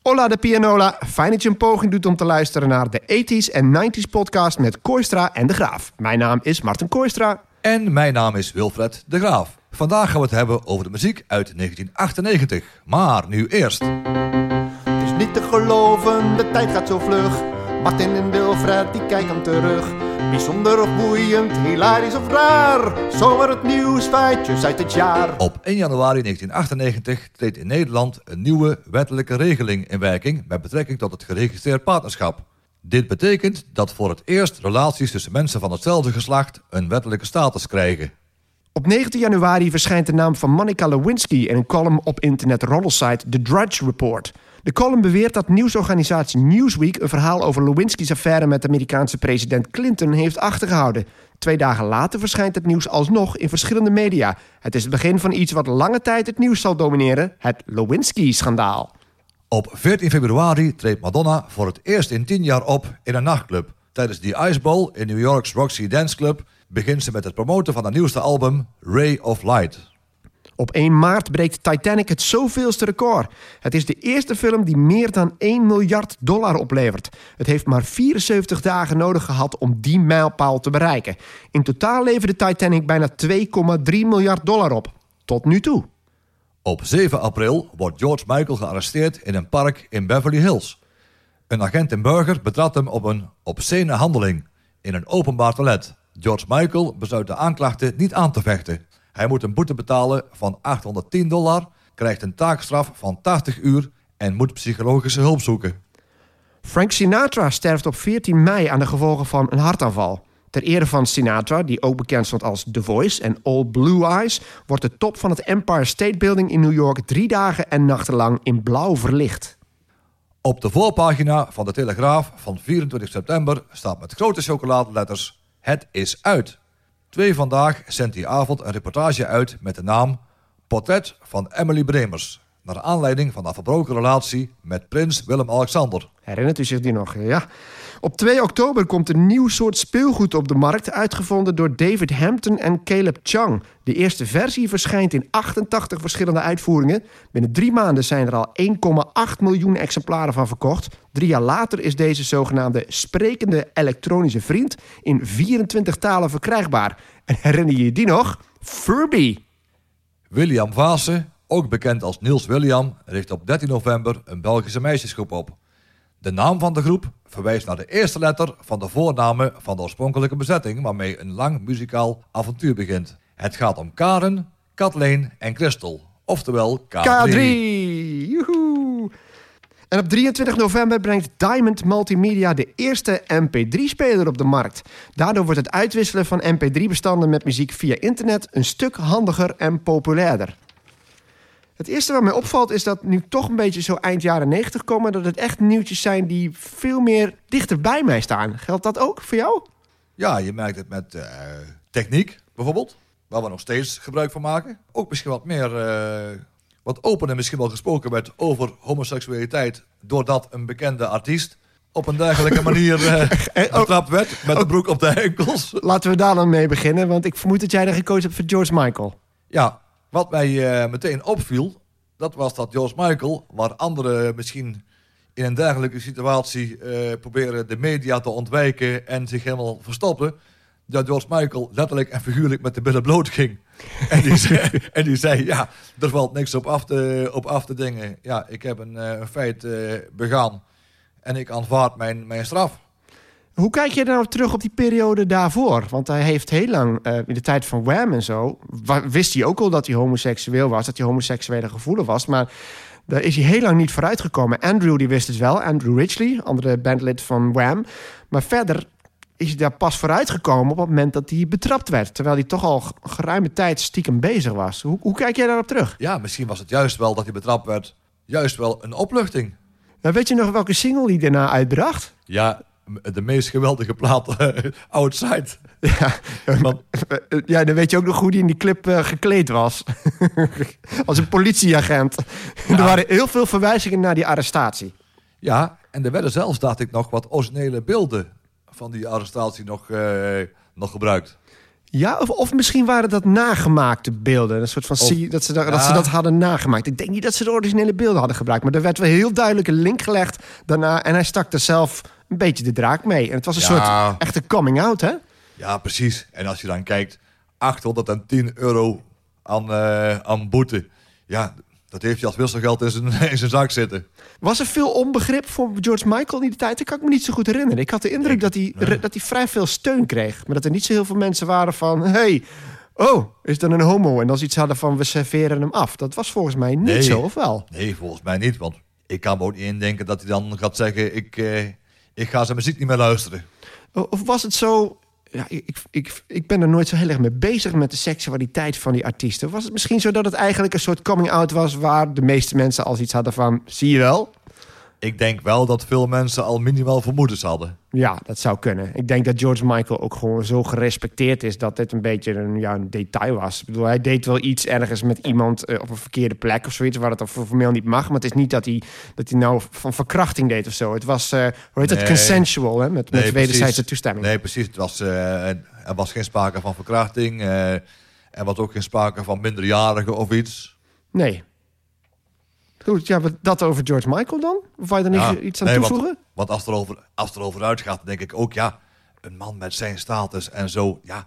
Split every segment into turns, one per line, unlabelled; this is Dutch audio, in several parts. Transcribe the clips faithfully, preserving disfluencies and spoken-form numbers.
Hola de pianola, fijn dat je een poging doet om te luisteren naar de tachtiger en negentiger podcast met Kooistra en De Graaf. Mijn naam is Martin Kooistra.
En mijn naam is Wilfred De Graaf. Vandaag gaan we het hebben over de muziek uit negentien achtennegentig. Maar nu eerst.
Het is niet te geloven, de tijd gaat zo vlug. Martin en Wilfred, die kijken terug. Bijzonder of boeiend, hilarisch of raar. Zomaar het nieuws, feitjes uit het jaar.
Op één januari negentien achtennegentig treedt in Nederland een nieuwe wettelijke regeling in werking met betrekking tot het geregistreerd partnerschap. Dit betekent dat voor het eerst relaties tussen mensen van hetzelfde geslacht een wettelijke status krijgen.
Op negentien januari verschijnt de naam van Monica Lewinsky in een column op internet-roddelsite The Drudge Report. De column beweert dat nieuwsorganisatie Newsweek een verhaal over Lewinsky's affaire met de Amerikaanse president Clinton heeft achtergehouden. Twee dagen later verschijnt het nieuws alsnog in verschillende media. Het is het begin van iets wat lange tijd het nieuws zal domineren, het Lewinsky-schandaal.
Op veertien februari treedt Madonna voor het eerst in tien jaar op in een nachtclub. Tijdens die Ice Bowl in New York's Roxy Dance Club begint ze met het promoten van haar nieuwste album Ray of Light.
Op één maart breekt Titanic het zoveelste record. Het is de eerste film die meer dan één miljard dollar oplevert. Het heeft maar vierenzeventig dagen nodig gehad om die mijlpaal te bereiken. In totaal leverde Titanic bijna twee komma drie miljard dollar op. Tot nu toe.
Op zeven april wordt George Michael gearresteerd in een park in Beverly Hills. Een agent in burger betrapt hem op een obscene handeling in een openbaar toilet. George Michael besluit de aanklachten niet aan te vechten. Hij moet een boete betalen van achthonderdtien dollar, krijgt een taakstraf van tachtig uur en moet psychologische hulp zoeken.
Frank Sinatra sterft op veertien mei aan de gevolgen van een hartaanval. Ter ere van Sinatra, die ook bekend stond als The Voice en All Blue Eyes, wordt de top van het Empire State Building in New York drie dagen en nachten lang in blauw verlicht.
Op de voorpagina van de Telegraaf van vierentwintig september staat met grote chocoladeletters: het is uit. Twee Vandaag zendt die avond een reportage uit met de naam Portret van Emily Bremers, naar aanleiding van haar verbroken relatie met prins Willem-Alexander.
Herinnert u zich die nog? Ja. Op twee oktober komt een nieuw soort speelgoed op de markt, uitgevonden door David Hampton en Caleb Chang. De eerste versie verschijnt in achtentachtig verschillende uitvoeringen. Binnen drie maanden zijn er al één komma acht miljoen exemplaren van verkocht. Drie jaar later is deze zogenaamde sprekende elektronische vriend in vierentwintig talen verkrijgbaar. En herinner je je die nog? Furby!
William Vaassen, ook bekend als Niels William, richt op dertien november een Belgische meisjesgroep op. De naam van de groep verwijst naar de eerste letter van de voornamen van de oorspronkelijke bezetting, waarmee een lang muzikaal avontuur begint. Het gaat om Karen, Kathleen en Christel, oftewel K drie.
K drie! Joehoe! En op drieëntwintig november brengt Diamond Multimedia de eerste M P drie speler op de markt. Daardoor wordt het uitwisselen van M P drie bestanden met muziek via internet een stuk handiger en populairder. Het eerste wat mij opvalt is dat nu toch een beetje zo eind jaren negentig komen, dat het echt nieuwtjes zijn die veel meer dichter bij mij staan. Geldt dat ook voor jou?
Ja, je merkt het met uh, techniek bijvoorbeeld, waar we nog steeds gebruik van maken. Ook misschien wat meer, uh, wat opener misschien wel gesproken werd over homoseksualiteit, doordat een bekende artiest op een dergelijke manier uh, betrapt werd met de broek op de enkels.
Laten we daar dan mee beginnen, want ik vermoed dat jij er gekozen hebt voor George Michael.
Ja. Wat mij uh, meteen opviel, dat was dat George Michael, waar anderen misschien in een dergelijke situatie uh, proberen de media te ontwijken en zich helemaal verstoppen, dat George Michael letterlijk en figuurlijk met de billen bloot ging. en, die zei, en die zei, ja, er valt niks op af te, op af te dingen. Ja, ik heb een, uh, een feit uh, begaan en ik aanvaard mijn, mijn straf.
Hoe kijk je nou terug op die periode daarvoor? Want hij heeft heel lang, uh, in de tijd van Wham en zo, wa- wist hij ook al dat hij homoseksueel was, dat hij homoseksuele gevoelens was, maar daar is hij heel lang niet vooruit gekomen. Andrew die wist het wel, Andrew Ridgeley, andere bandlid van Wham. Maar verder is hij daar pas vooruit gekomen op het moment dat hij betrapt werd, terwijl hij toch al geruime tijd stiekem bezig was. Hoe, hoe kijk jij daarop terug?
Ja, misschien was het juist wel dat hij betrapt werd, juist wel een opluchting.
Nou, weet je nog welke single hij daarna uitbracht?
Ja, de meest geweldige plaat, uh, Outside.
Ja,
Want,
ja, dan weet je ook nog hoe hij in die clip uh, gekleed was. Als een politieagent. Ja. Er waren heel veel verwijzingen naar die arrestatie.
Ja, en er werden zelfs, dacht ik, nog wat originele beelden van die arrestatie nog, uh, nog gebruikt.
Ja, of, of misschien waren dat nagemaakte beelden. Een soort van
Of,
zie, dat, ze, dat,
ja.
dat ze dat hadden nagemaakt. Ik denk niet dat ze de originele beelden hadden gebruikt. Maar er werd wel heel duidelijk een link gelegd daarna. En hij stak er zelf een beetje de draak mee. En het was een
Ja.
soort echte coming out, hè?
Ja, precies. En als je dan kijkt, achthonderdtien euro aan, uh, aan boete. Ja, dat heeft hij als wisselgeld in zijn, in zijn zak zitten.
Was er veel onbegrip voor George Michael in die tijd? Dat kan ik me niet zo goed herinneren. Ik had de indruk
Ik,
dat, hij,
nee.
dat hij vrij veel steun kreeg. Maar dat er niet zo heel veel mensen waren van... hey, oh, is dan een homo? En dan iets hadden van, we serveren hem af. Dat was volgens mij niet
Nee.
zo, of wel?
Nee, volgens mij niet. Want ik kan me ook niet indenken dat hij dan gaat zeggen... ik, uh, ik ga zijn muziek niet meer luisteren.
Of was het zo... Ja, ik, ik, ik ben er nooit zo heel erg mee bezig met de seksualiteit van die artiesten. Was het misschien zo dat het eigenlijk een soort coming-out was... waar de meeste mensen als iets hadden van... zie je wel?
Ik denk wel dat veel mensen al minimaal vermoedens hadden.
Ja, dat zou kunnen. Ik denk dat George Michael ook gewoon zo gerespecteerd is... dat dit een beetje een, ja, een detail was. Ik bedoel, hij deed wel iets ergens met iemand uh, op een verkeerde plek of zoiets... waar het dan formeel niet mag. Maar het is niet dat hij, dat hij nou van verkrachting deed of zo. Het was, uh, hoe heet dat,
Nee.
consensual, hè? Met, met
Nee,
wederzijdse
precies.
toestemming.
Nee, precies. Het was, uh, er was geen sprake van verkrachting. Uh, er was ook geen sprake van minderjarigen of iets.
Nee. Goed, ja, wat- dat over George Michael dan? Of wou je er
Ja,
niet iets aan
nee,
toevoegen?
Want, want als, er over, als er over uitgaat, denk ik ook... ja, een man met zijn status en zo... ja,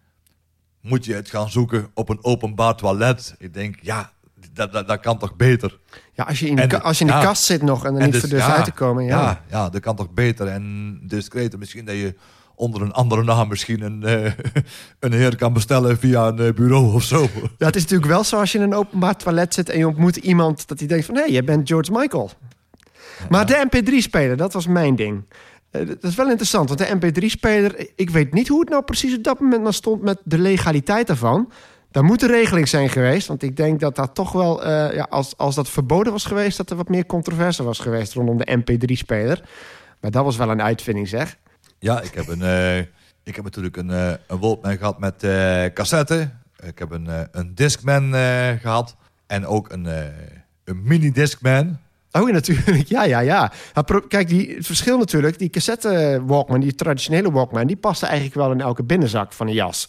moet je het gaan zoeken op een openbaar toilet? Ik denk, ja, dat, dat, dat kan toch beter?
Ja, als je in de,
En-
ka- als je in de
ja.
kast zit nog en er
En
niet
dus,
voor durft
ja,
uit te komen. Ja.
Ja, ja, dat kan toch beter en discreter. Misschien dat je onder een andere naam misschien een, uh, een heer kan bestellen via een uh, bureau of zo.
Ja, het is natuurlijk wel zo als je in een openbaar toilet zit... en je ontmoet iemand dat hij denkt van... hé, hey, jij bent George Michael. Maar de M P drie speler, dat was mijn ding. Uh, dat is wel interessant, want de M P drie speler... ik weet niet hoe het nou precies op dat moment nou stond... met de legaliteit daarvan. Daar moet een regeling zijn geweest. Want ik denk dat dat toch wel... Uh, ja, als, als dat verboden was geweest... dat er wat meer controverse was geweest rondom de M P drie speler. Maar dat was wel een uitvinding, zeg.
Ja, ik heb, een, uh, ik heb natuurlijk een, uh, een Walkman gehad met uh, cassette. Ik heb een, uh, een Discman uh, gehad. En ook een, uh, een mini-Discman.
Oh ja, natuurlijk. Ja, ja, ja. Maar pro- kijk, die, het verschil natuurlijk... die cassette Walkman, die traditionele Walkman... die paste eigenlijk wel in elke binnenzak van een jas.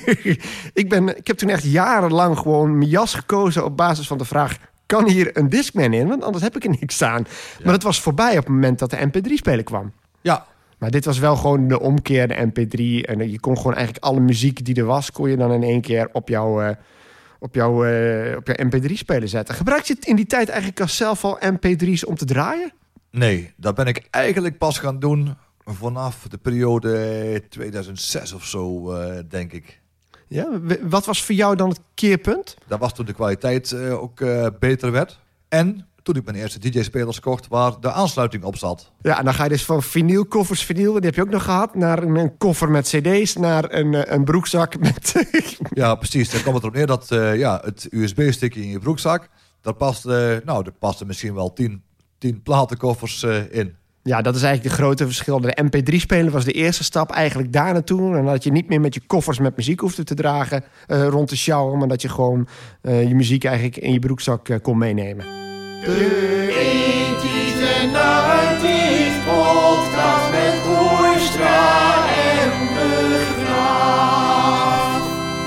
ik, ben, ik heb toen echt jarenlang gewoon mijn jas gekozen... op basis van de vraag... kan hier een Discman in? Want anders heb ik er niks aan. Ja. Maar het was voorbij op het moment dat de M P drie speler kwam.
Ja.
Maar dit was wel gewoon de omkeer, de M P drie. En je kon gewoon eigenlijk alle muziek die er was... kon je dan in één keer op jouw... Uh, op jouw, uh, op jouw M P drie speler zetten. Gebruik je het in die tijd eigenlijk als zelf al M P drie's om te draaien?
Nee, dat ben ik eigenlijk pas gaan doen vanaf de periode tweeduizend zes of zo, uh, denk ik.
Ja, wat was voor jou dan het keerpunt?
Dat was toen de kwaliteit uh, ook uh, beter werd. En toen ik mijn eerste D J-spelers kocht waar de aansluiting op zat.
Ja, en dan ga je dus van vinylkoffers, vinyl, die heb je ook nog gehad... naar een, een koffer met cd's, naar een, een broekzak met...
Ja, precies. Dan kwam het erop neer dat uh, ja, het U S B-stickje in je broekzak... daar paste, nou, daar paste misschien wel tien, tien platenkoffers uh, in.
Ja, dat is eigenlijk de grote verschil. De M P drie speler was de eerste stap eigenlijk daar naartoe. En dat je niet meer met je koffers met muziek hoefde te dragen uh, rond te sjouwen... maar dat je gewoon uh, je muziek eigenlijk in je broekzak uh, kon meenemen.
De ethisch en nineties podcast met Kooistra en De Graaf.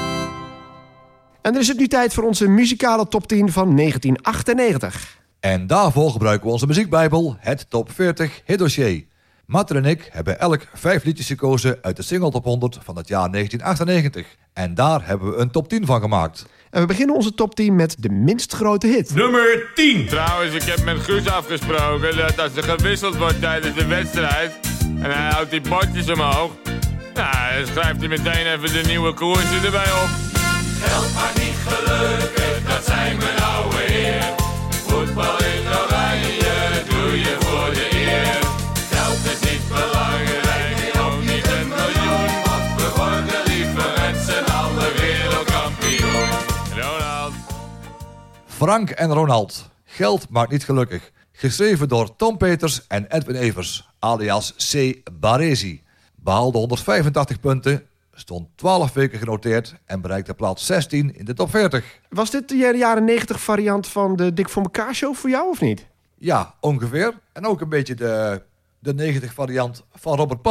En dan is het nu tijd voor onze muzikale top tien van negentien achtennegentig.
En daarvoor gebruiken we onze muziekbijbel, het Top veertig hitdossier. Matter en ik hebben elk vijf liedjes gekozen uit de single top honderd van het jaar negentien achtennegentig. En daar hebben we een top tien van gemaakt.
En we beginnen onze top tien met de minst grote hit.
Nummer tien. Trouwens, ik heb met Guus afgesproken dat als er gewisseld wordt tijdens de wedstrijd... en hij houdt die potjes omhoog... nou, dan schrijft hij meteen even de nieuwe koersen erbij op.
Geld maakt niet gelukkig, dat zijn mijn oude heer. Voetbal in oranje, doe je voor de eer. Geld is niet belangrijk, ook niet een miljoen. Want we worden liever met z'n allen wereldkampioen.
Ronald.
Frank en Ronald. Geld maakt niet gelukkig. Geschreven door Tom Peters en Edwin Evers, alias C. Baresi. Behaalde honderdvijfentachtig punten, stond twaalf weken genoteerd en bereikte plaats zestien in de top veertig.
Was dit de jaren negentig variant van de Dik voor elkaar show voor jou of niet?
Ja, ongeveer. En ook een beetje de, de negentig variant van Robert Paul.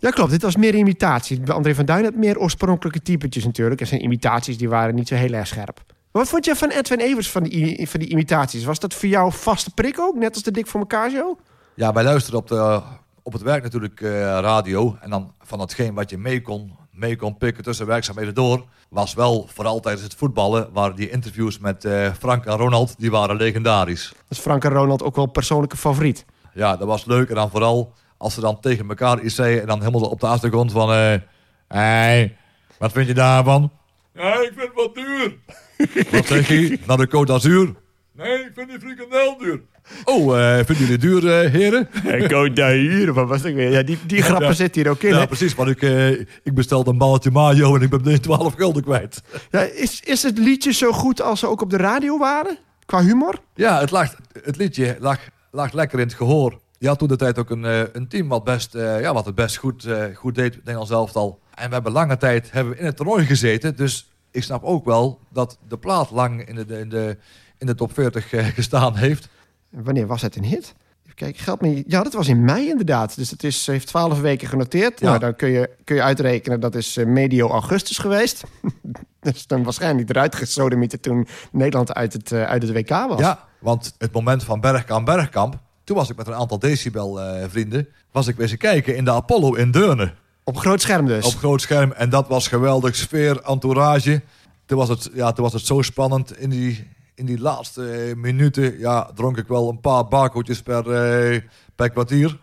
Ja, klopt. Dit was meer imitatie. Bij André van Duin had meer oorspronkelijke typetjes natuurlijk. En zijn imitaties die waren niet zo heel erg scherp. Wat vond je van Edwin Evers van die, van die imitaties? Was dat voor jou vaste prik ook? Net als de Dik voor elkaar show?
Ja, wij luisteren op, de, op het werk natuurlijk uh, radio. En dan van hetgeen wat je mee kon, mee kon pikken tussen werkzaamheden door... was wel vooral tijdens het voetballen... waren die interviews met uh, Frank en Ronald, die waren legendarisch.
Dus Frank en Ronald ook wel persoonlijke favoriet?
Ja, dat was leuk. En dan vooral als ze dan tegen elkaar iets zeiden... en dan helemaal op de achtergrond van... Hé, uh, hey, wat vind je daarvan? Ja, ik vind het wat duur. Wat zeg je? Naar de Côte d'Azur? Nee, ik vind die frikandel duur. Oh, uh, vinden jullie duur, uh, heren?
Côte d'Azur, wat was ik weer? Ja, die, die grappen
ja,
zitten hier ook in.
Ja,
hè?
precies. Want ik, uh, ik bestelde een balletje mayo en ik ben twaalf gulden kwijt.
Ja, is, is het liedje zo goed als ze ook op de radio waren? Qua humor?
Ja, het, lag, het liedje lag, lag lekker in het gehoor. Je had toen de tijd ook een, uh, een team wat, best, uh, ja, wat het best goed, uh, goed deed, Nederlands elftal. En we hebben lange tijd hebben we in het toernooi gezeten. Dus ik snap ook wel dat de plaat lang in de, in de, in de top veertig uh, gestaan heeft.
Wanneer was het een hit? Even kijken, geldt me... Ja, dat was in mei inderdaad. Dus het is, heeft twaalf weken genoteerd. Ja. Nou, dan kun je, kun je uitrekenen, dat is uh, medio augustus geweest. Dus dan waarschijnlijk eruit gesodemieten toen Nederland uit het, uh, uit het W K was.
Ja, want het moment van Bergkamp, Bergkamp... Toen was ik met een aantal decibel uh, vrienden... was ik wezen kijken in de Apollo in Deurne.
Op groot scherm dus?
Op groot scherm. En dat was geweldig. Sfeer, entourage. Toen was het, ja, toen was het zo spannend. In die, in die laatste uh, minuten ja, dronk ik wel een paar bakootjes per, uh, per kwartier.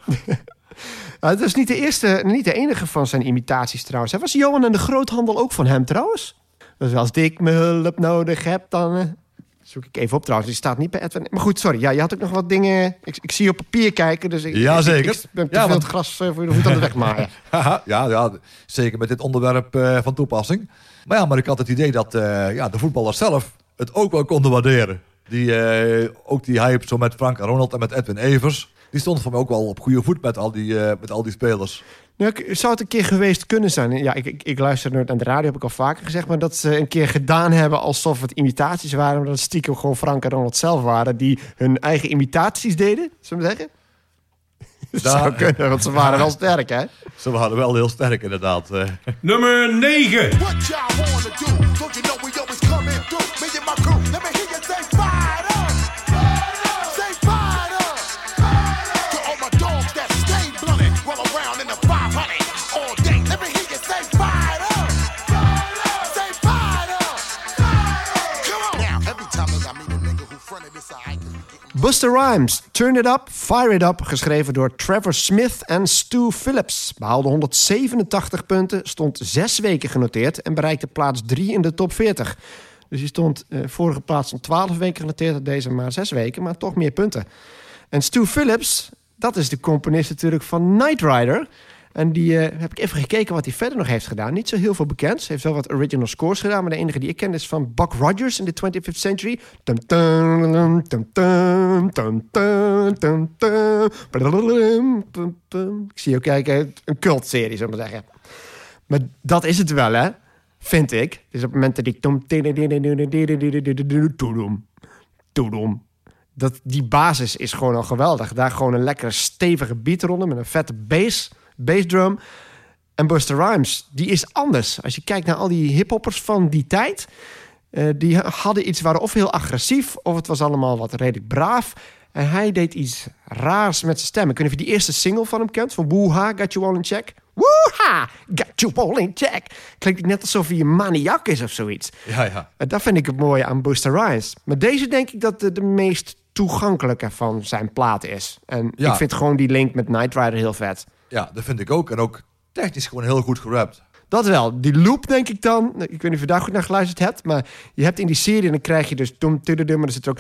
Nou, dat is niet de eerste, niet de enige van zijn imitaties trouwens. Was Johan en de Groothandel ook van hem trouwens? Dus als ik me hulp nodig heb, dan... Uh... Zoek ik even op trouwens, die staat niet bij Edwin. Maar goed, sorry, ja, je had ook nog wat dingen... Ik, ik zie je op papier kijken, dus ik,
ja, zeker.
ik, ik ben te
ja,
veel
want...
het gras uh, voor je voet aan de weg maaien.
ja, ja, zeker met dit onderwerp uh, van toepassing. Maar ja, maar ik had het idee dat uh, ja, de voetballers zelf het ook wel konden waarderen. Die, uh, ook die hype zo met Frank en Ronald en met Edwin Evers... die stond voor mij ook wel op goede voet met al die, uh, met al die spelers.
Nou, zou het een keer geweest kunnen zijn? Ja, ik, ik, ik luister nooit aan de radio, heb ik al vaker gezegd... maar dat ze een keer gedaan hebben alsof het imitaties waren... maar dat het stiekem gewoon Frank en Ronald zelf waren... die hun eigen imitaties deden, zullen we zeggen? Dat
Daar,
zou kunnen, want ze waren wel sterk, hè?
Ze waren wel heel sterk, inderdaad.
Nummer negen.
What y'all wanna do? Don't you know we always come in through? Me and my crew, let me hear you say fired up. Say fired up. To all my dogs that stay blunted, roll around in the five hundred all day. Let me hear you say fired up. Say fired up. Come on. Now, every time I meet a nigga who fronted this eye.
Busta Rhymes, Turn It Up, Fire It Up... geschreven door Trevor Smith en Stu Phillips. Behaalde honderdzevenentachtig punten, stond zes weken genoteerd... en bereikte plaats drie in de top veertig. Dus die stond uh, vorige plaats stond twaalf weken genoteerd... deze maar zes weken, maar toch meer punten. En Stu Phillips, dat is de componist natuurlijk van Knight Rider... En die uh, heb ik even gekeken wat hij verder nog heeft gedaan. Niet zo heel veel bekend. Hij heeft wel wat original scores gedaan. Maar de enige die ik ken is van Buck Rogers in de twentieth century. Tum, tum, tum, tum, tum, tum, tum, tum. Ik zie je ook kijken. Een cultserie, zou ik maar zeggen. Maar dat is het wel, hè? Vind ik. Dus op het moment dat ik... Toedom. Dat, die basis is gewoon al geweldig. Daar gewoon een lekkere stevige beat eronder met een vette bass... bassdrum. En Busta Rhymes, die is anders. Als je kijkt naar al die hiphoppers van die tijd... Uh, die hadden iets, waren of heel agressief... of het was allemaal wat redelijk braaf. En hij deed iets raars met zijn stem. Ik weet niet of je die eerste single van hem kent... van Woo-ha, Got You All In Check. Woo-ha, Got You All In Check. Klinkt net alsof hij een maniak is of zoiets.
Ja, ja.
Uh, dat vind ik het mooie aan Busta Rhymes. Maar deze denk ik dat de, de meest toegankelijke van zijn plaat is. En
Ja.
ik vind gewoon die link met Knight Rider heel vet.
Ja, dat vind ik ook. En ook technisch gewoon heel goed gerapt.
Dat wel. Die loop, denk ik dan... Ik weet niet of je daar goed naar geluisterd hebt... maar je hebt in die serie... en dan krijg je dus... dum, tududum, maar dan zit er ook...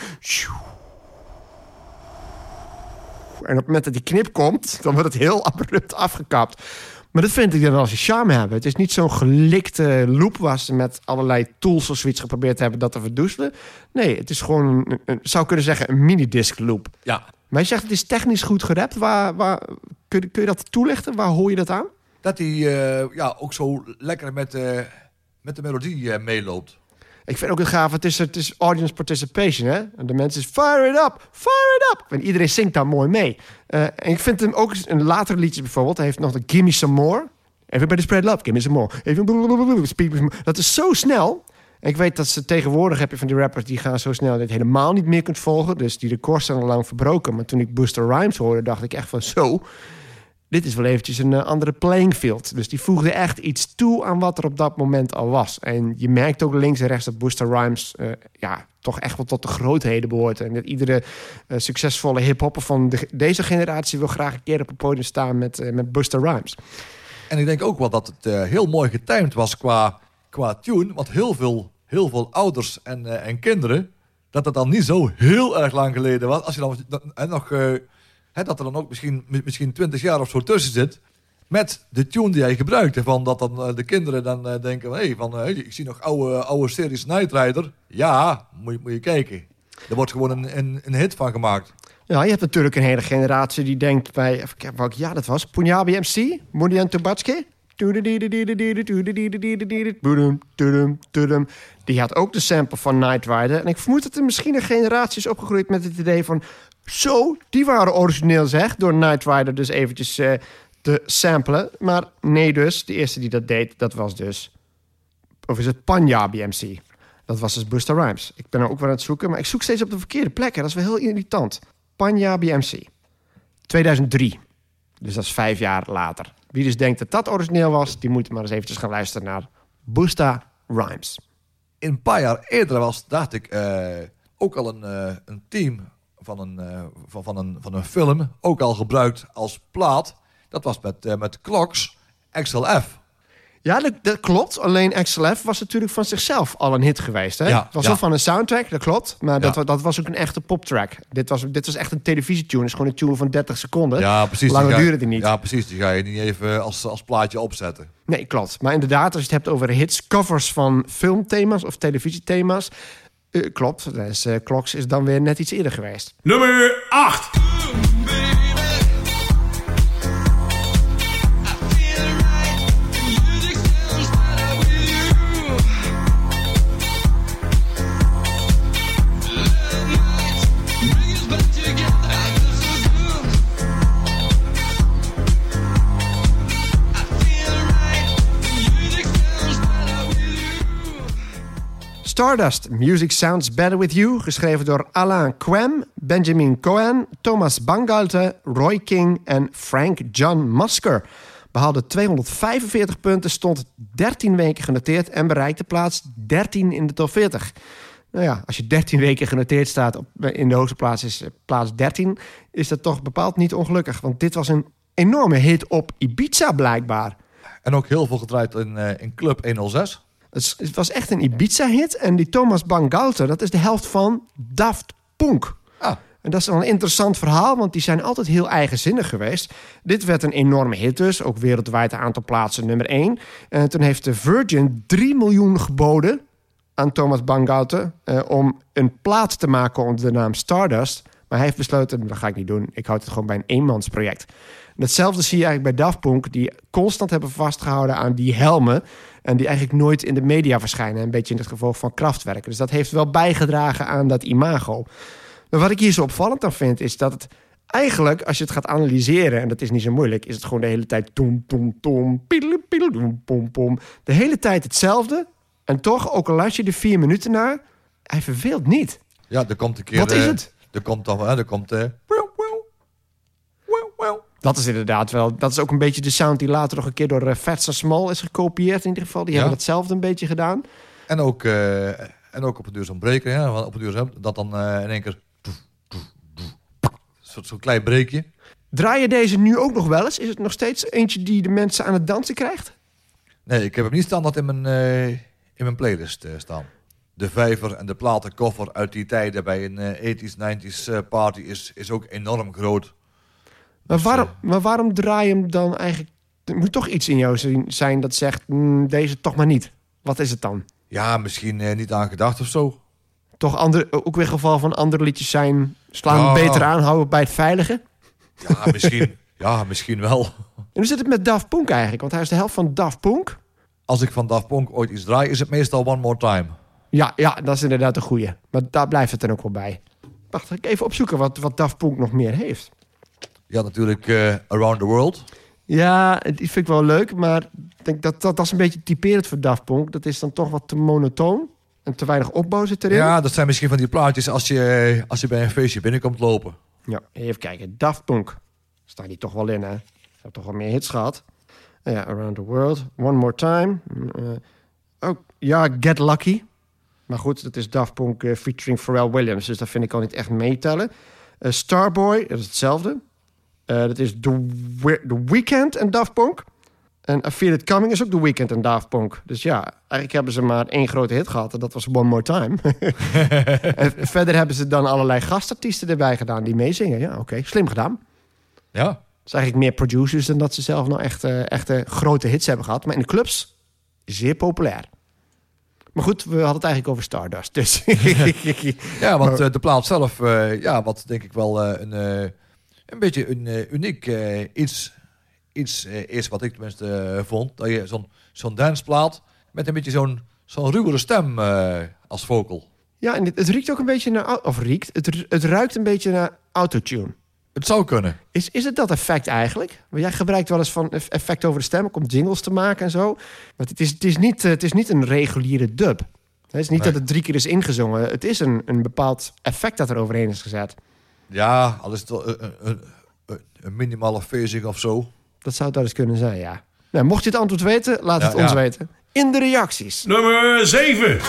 En op het moment dat die knip komt... dan wordt het heel abrupt afgekapt. Maar dat vind ik dan wel als een charme hebben. Het is niet zo'n gelikte loop... waar ze met allerlei tools of zoiets geprobeerd hebben... dat te verdoezelen. Nee, het is gewoon... Een, een, zou kunnen zeggen... een minidisc loop.
Ja.
Maar je zegt het is technisch goed gerapt. Waar, waar, kun, je, kun je dat toelichten? Waar hoor je dat aan?
Dat hij uh, ja, ook zo lekker met, uh, met de melodie uh, meeloopt.
Ik vind ook het gaaf, het is, het is audience participation, hè? En de mensen is fire it up, fire it up. En iedereen zingt daar mooi mee. Uh, en ik vind hem ook een later liedje bijvoorbeeld. Hij heeft nog de Gimme Some More. Everybody spread love, give me some more. Even, dat is zo snel. En ik weet dat ze tegenwoordig heb je van die rappers die gaan zo snel dat je het helemaal niet meer kunt volgen. Dus die records zijn al lang verbroken. Maar toen ik Busta Rhymes hoorde, dacht ik echt van zo. Dit is wel eventjes een uh, andere playing field. Dus die voegde echt iets toe aan wat er op dat moment al was. En je merkt ook links en rechts dat Busta Rhymes uh, ja, toch echt wel tot de grootheden behoort. En dat iedere uh, succesvolle hiphopper van de, deze generatie wil graag een keer op een podium staan met, uh, met Busta Rhymes.
En ik denk ook wel dat het uh, heel mooi getimed was qua, qua tune. Want heel veel, heel veel ouders en, uh, en kinderen, dat het dan niet zo heel erg lang geleden was. Als je dan uh, nog... Uh, He, dat er dan ook misschien, misschien twintig jaar of zo tussen zit met de tune die hij gebruikte. Van dat dan uh, de kinderen dan uh, denken, hey, van, uh, ik zie nog oude, oude series Knight Rider. Ja, moet je, moet je kijken. Er wordt gewoon een, een, een hit van gemaakt.
Ja, je hebt natuurlijk een hele generatie die denkt bij, even kijken welk jaar dat was, Punjabi M C, Mundian Tubatske. Die had ook de sample van Knight Rider. En ik vermoed dat er misschien een generatie is opgegroeid met het idee van, zo, die waren origineel zeg, door Knight Rider dus eventjes uh, te samplen. Maar nee dus, de eerste die dat deed, dat was dus, of is het Punjabi M C. Dat was dus Busta Rhymes. Ik ben er ook wel aan het zoeken, maar ik zoek steeds op de verkeerde plekken. Dat is wel heel irritant. Punjabi M C. tweeduizend drie. Dus dat is vijf jaar later. Wie dus denkt dat dat origineel was, die moet maar eens eventjes gaan luisteren naar Busta Rhymes.
Een paar jaar eerder was, dacht ik, uh, ook al een, uh, een team van een, uh, van, van, een, van een film, ook al gebruikt als plaat. Dat was met, uh, met Clocks, X L F.
Ja, dat, dat klopt. Alleen X L F was natuurlijk van zichzelf al een hit geweest. Hè?
Ja,
het was
ja.
wel van een soundtrack, dat klopt. Maar dat,
Ja.
dat was ook een echte poptrack. Dit was, dit was echt een televisietune. Het is gewoon een tune van dertig seconden.
Ja, precies.
Langer
die ga je-
duurde die niet.
Ja, precies. Die ga je niet even als, als plaatje opzetten.
Nee, klopt. Maar inderdaad, als je het hebt over hits, covers van filmthema's of televisiethema's, uh, klopt. Dus, uh, Clocks is dan weer net iets eerder geweest.
Nummer acht.
Stardust, Music Sounds Better With You, geschreven door Alain Quem, Benjamin Cohen, Thomas Bangalter, Roy King en Frank John Musker. Behaalde tweehonderdvijfenveertig punten, stond dertien weken genoteerd en bereikte plaats dertien in de top veertig. Nou ja, als je dertien weken genoteerd staat op, in de hoogste plaats is plaats dertien, is dat toch bepaald niet ongelukkig. Want dit was een enorme hit op Ibiza blijkbaar.
En ook heel veel gedraaid in, uh, in Club honderdzes.
Het was echt een Ibiza-hit. En die Thomas Bangalter, dat is de helft van Daft Punk.
Ah.
En dat is wel een interessant verhaal, want die zijn altijd heel eigenzinnig geweest. Dit werd een enorme hit dus, ook wereldwijd een aantal plaatsen nummer één. En toen heeft de Virgin drie miljoen geboden aan Thomas Bangalter uh, om een plaat te maken onder de naam Stardust. Maar hij heeft besloten, dat ga ik niet doen. Ik houd het gewoon bij een eenmansproject. En hetzelfde zie je eigenlijk bij Daft Punk, die constant hebben vastgehouden aan die helmen en die eigenlijk nooit in de media verschijnen. Een beetje in het gevolg van Kraftwerk. Dus dat heeft wel bijgedragen aan dat imago. Maar wat ik hier zo opvallend aan vind, is dat het eigenlijk, als je het gaat analyseren, en dat is niet zo moeilijk, is het gewoon de hele tijd tom, tom, tom, piedel, piedel, tom, pom, pom. De hele tijd hetzelfde. En toch, ook al luister je er vier minuten naar, hij verveelt niet.
Ja, er komt een keer...
Wat is
uh,
het?
Er komt dan... Uh, er komt... Uh,
Dat is inderdaad wel... Dat is ook een beetje de sound die later nog een keer door uh, Fatso Small is gekopieerd in ieder geval. Die
Ja.
hebben datzelfde een beetje gedaan.
En ook, uh, en ook op een duur zo'n breker, ja, op een duur zo, dat dan uh, in één keer... Zo'n zo klein breekje.
Draai je deze nu ook nog wel eens? Is het nog steeds eentje die de mensen aan het dansen krijgt?
Nee, ik heb hem niet standaard in mijn, uh, in mijn playlist uh, staan. De vijver en de platenkoffer uit die tijden bij een uh, tachtiger, negentiger uh, party is, is ook enorm groot.
Maar,
Dus,
waarom,
uh,
maar waarom draai je hem dan eigenlijk... Er moet toch iets in jou zijn dat zegt, mm, deze toch maar niet. Wat is het dan?
Ja, misschien uh, niet aan gedacht of zo.
Toch andere, ook weer geval van andere liedjes zijn... Slaan
Ja.
hem beter aan, houden bij het veilige.
Ja, misschien, ja, misschien wel.
En hoe zit het met Daft Punk eigenlijk? Want hij is de helft van Daft Punk.
Als ik van Daft Punk ooit iets draai, is het meestal One More Time.
Ja, ja, dat is inderdaad een goeie. Maar daar blijft het dan ook wel bij. Wacht, ik even opzoeken wat, wat Daft Punk nog meer heeft.
Ja, natuurlijk uh, Around the World.
Ja, die vind ik wel leuk, maar ik denk dat, dat dat is een beetje typerend voor Daft Punk. Dat is dan toch wat te monotoon en te weinig opbouw zit erin.
Ja, dat zijn misschien van die plaatjes als je, als je bij een feestje binnenkomt lopen.
Ja, even kijken. Daft Punk. Staat die toch wel in, hè? Ze hebben toch wel meer hits gehad. Ja, Around the World. One More Time. Uh, oh, ja, Get Lucky. Maar goed, dat is Daft Punk uh, featuring Pharrell Williams. Dus dat vind ik al niet echt meetellen. Uh, Starboy, dat is hetzelfde. Uh, dat is The, We- The Weeknd en Daft Punk. En I Feel It Coming is ook The Weeknd en Daft Punk. Dus ja, eigenlijk hebben ze maar één grote hit gehad. En dat was One More Time. En verder hebben ze dan allerlei gastartiesten erbij gedaan die meezingen. Ja, oké. Okay. Slim gedaan.
Ja.
Het is eigenlijk meer producers dan dat ze zelf nou echt, uh, echte grote hits hebben gehad. Maar in de clubs zeer populair. Maar goed, we hadden het eigenlijk over Stardust. Dus.
Ja, want uh, de plaat zelf, uh, ja, wat denk ik wel uh, een, uh, een beetje een uh, uniek uh, iets, iets uh, is wat ik tenminste uh, vond. Dat je zo'n, zo'n danceplaat met een beetje zo'n, zo'n ruwere stem uh, als vocal.
Ja, en het, het riekt ook een beetje naar... Of riekt, het, het ruikt een beetje naar autotune.
Het zou kunnen.
Is, is het dat effect eigenlijk? Want jij gebruikt wel eens van effect over de stem om jingles te maken en zo. Maar het is, het is, niet, het is niet een reguliere dub. Het is niet nee. dat het drie keer is ingezongen. Het is een, een bepaald effect dat er overheen is gezet.
Ja, al is het wel een, een, een, een minimale phasing of zo.
Dat zou dat eens kunnen zijn, ja. Nou, mocht je het antwoord weten, laat
ja,
het ons
ja.
weten. In de reacties.
Nummer zeven.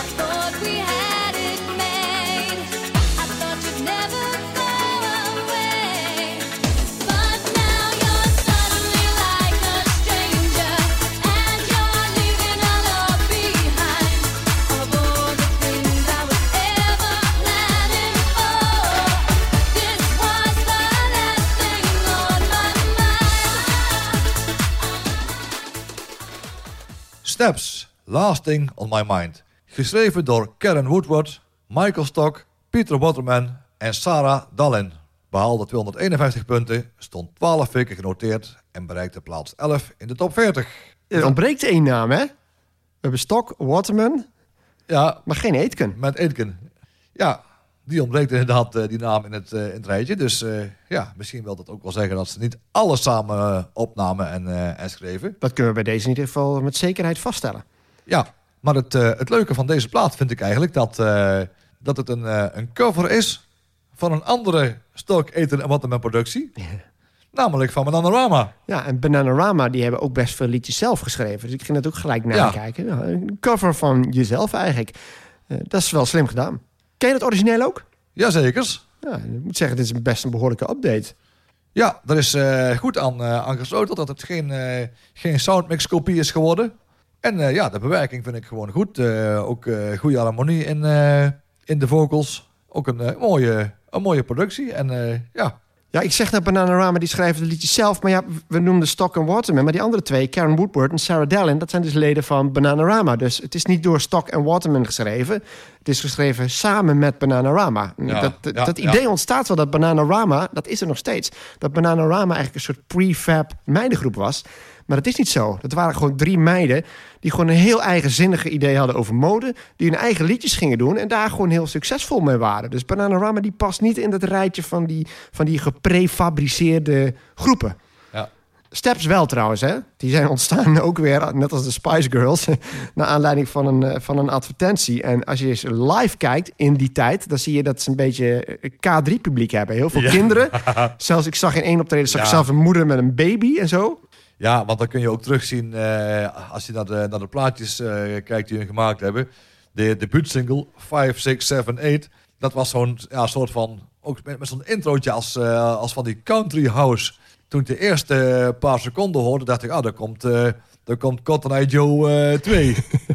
Steps, Lasting on My Mind. Geschreven door Karen Woodward, Michael Stock, Peter Waterman en Sarah Dallin. Behaalde tweehonderdeenenvijftig punten, stond twaalf weken genoteerd en bereikte plaats elf in de top veertig.
Er ontbreekt één naam, hè? We hebben Stock, Waterman,
ja,
maar geen Aitken.
Met Aitken. Ja, die ontbreekt inderdaad uh, die naam in het, uh, in het rijtje. Dus uh, ja, misschien wil dat ook wel zeggen dat ze niet alles samen uh, opnamen en, uh, en schreven.
Dat kunnen we bij deze in ieder geval met zekerheid vaststellen.
Ja, maar het, uh, het leuke van deze plaat vind ik eigenlijk dat, uh, dat het een, uh, een cover is van een andere Stock, Aitken en Waterman productie. Ja. Namelijk van Bananarama.
Ja, en Bananarama die hebben ook best veel liedjes zelf geschreven. Dus ik ging dat ook gelijk nakijken. Ja. Ja, een cover van jezelf eigenlijk. Uh, dat is wel slim gedaan. Ken je het origineel ook?
Jazekers.
Ja, ik moet zeggen, dit is best een behoorlijke update.
Ja, daar is uh, goed aan, uh, aan gesloten dat het geen, uh, geen soundmix-kopie is geworden. En uh, ja, de bewerking vind ik gewoon goed. Uh, ook uh, goede harmonie in, uh, in de vocals. Ook een, uh, mooie, een mooie productie. En uh, ja...
Ja, ik zeg dat Bananarama, die schrijven de liedjes zelf. Maar ja, we noemden Stock en Waterman. Maar die andere twee, Karen Woodward en Sarah Dallin... dat zijn dus leden van Bananarama. Dus het is niet door Stock en Waterman geschreven. Het is geschreven samen met Bananarama.
Ja,
dat dat,
ja,
dat idee
ja.
ontstaat wel dat Bananarama... dat is er nog steeds. Dat Bananarama eigenlijk een soort prefab meidengroep was... Maar dat is niet zo. Dat waren gewoon drie meiden die gewoon een heel eigenzinnige idee hadden over mode. Die hun eigen liedjes gingen doen en daar gewoon heel succesvol mee waren. Dus Bananarama die past niet in dat rijtje van die, van die geprefabriceerde groepen.
Ja.
Steps wel trouwens, hè. Die zijn ontstaan ook weer, net als de Spice Girls... naar aanleiding van een, van een advertentie. En als je eens live kijkt in die tijd... dan zie je dat ze een beetje K drie publiek hebben. Heel veel ja. kinderen. Zelfs ik zag in één optreden... zag ja. ik zelf een moeder met een baby en zo...
Ja, want dan kun je ook terugzien, uh, als je naar de, naar de plaatjes uh, kijkt die we gemaakt hebben. De debuutsingle vijf, zes, zeven, acht. Dat was zo'n ja, soort van, ook met, met zo'n introotje als, uh, als van die country house. Toen ik de eerste paar seconden hoorde, dacht ik, ah, daar komt, uh, daar komt Cotton Eye Joe uh, twee.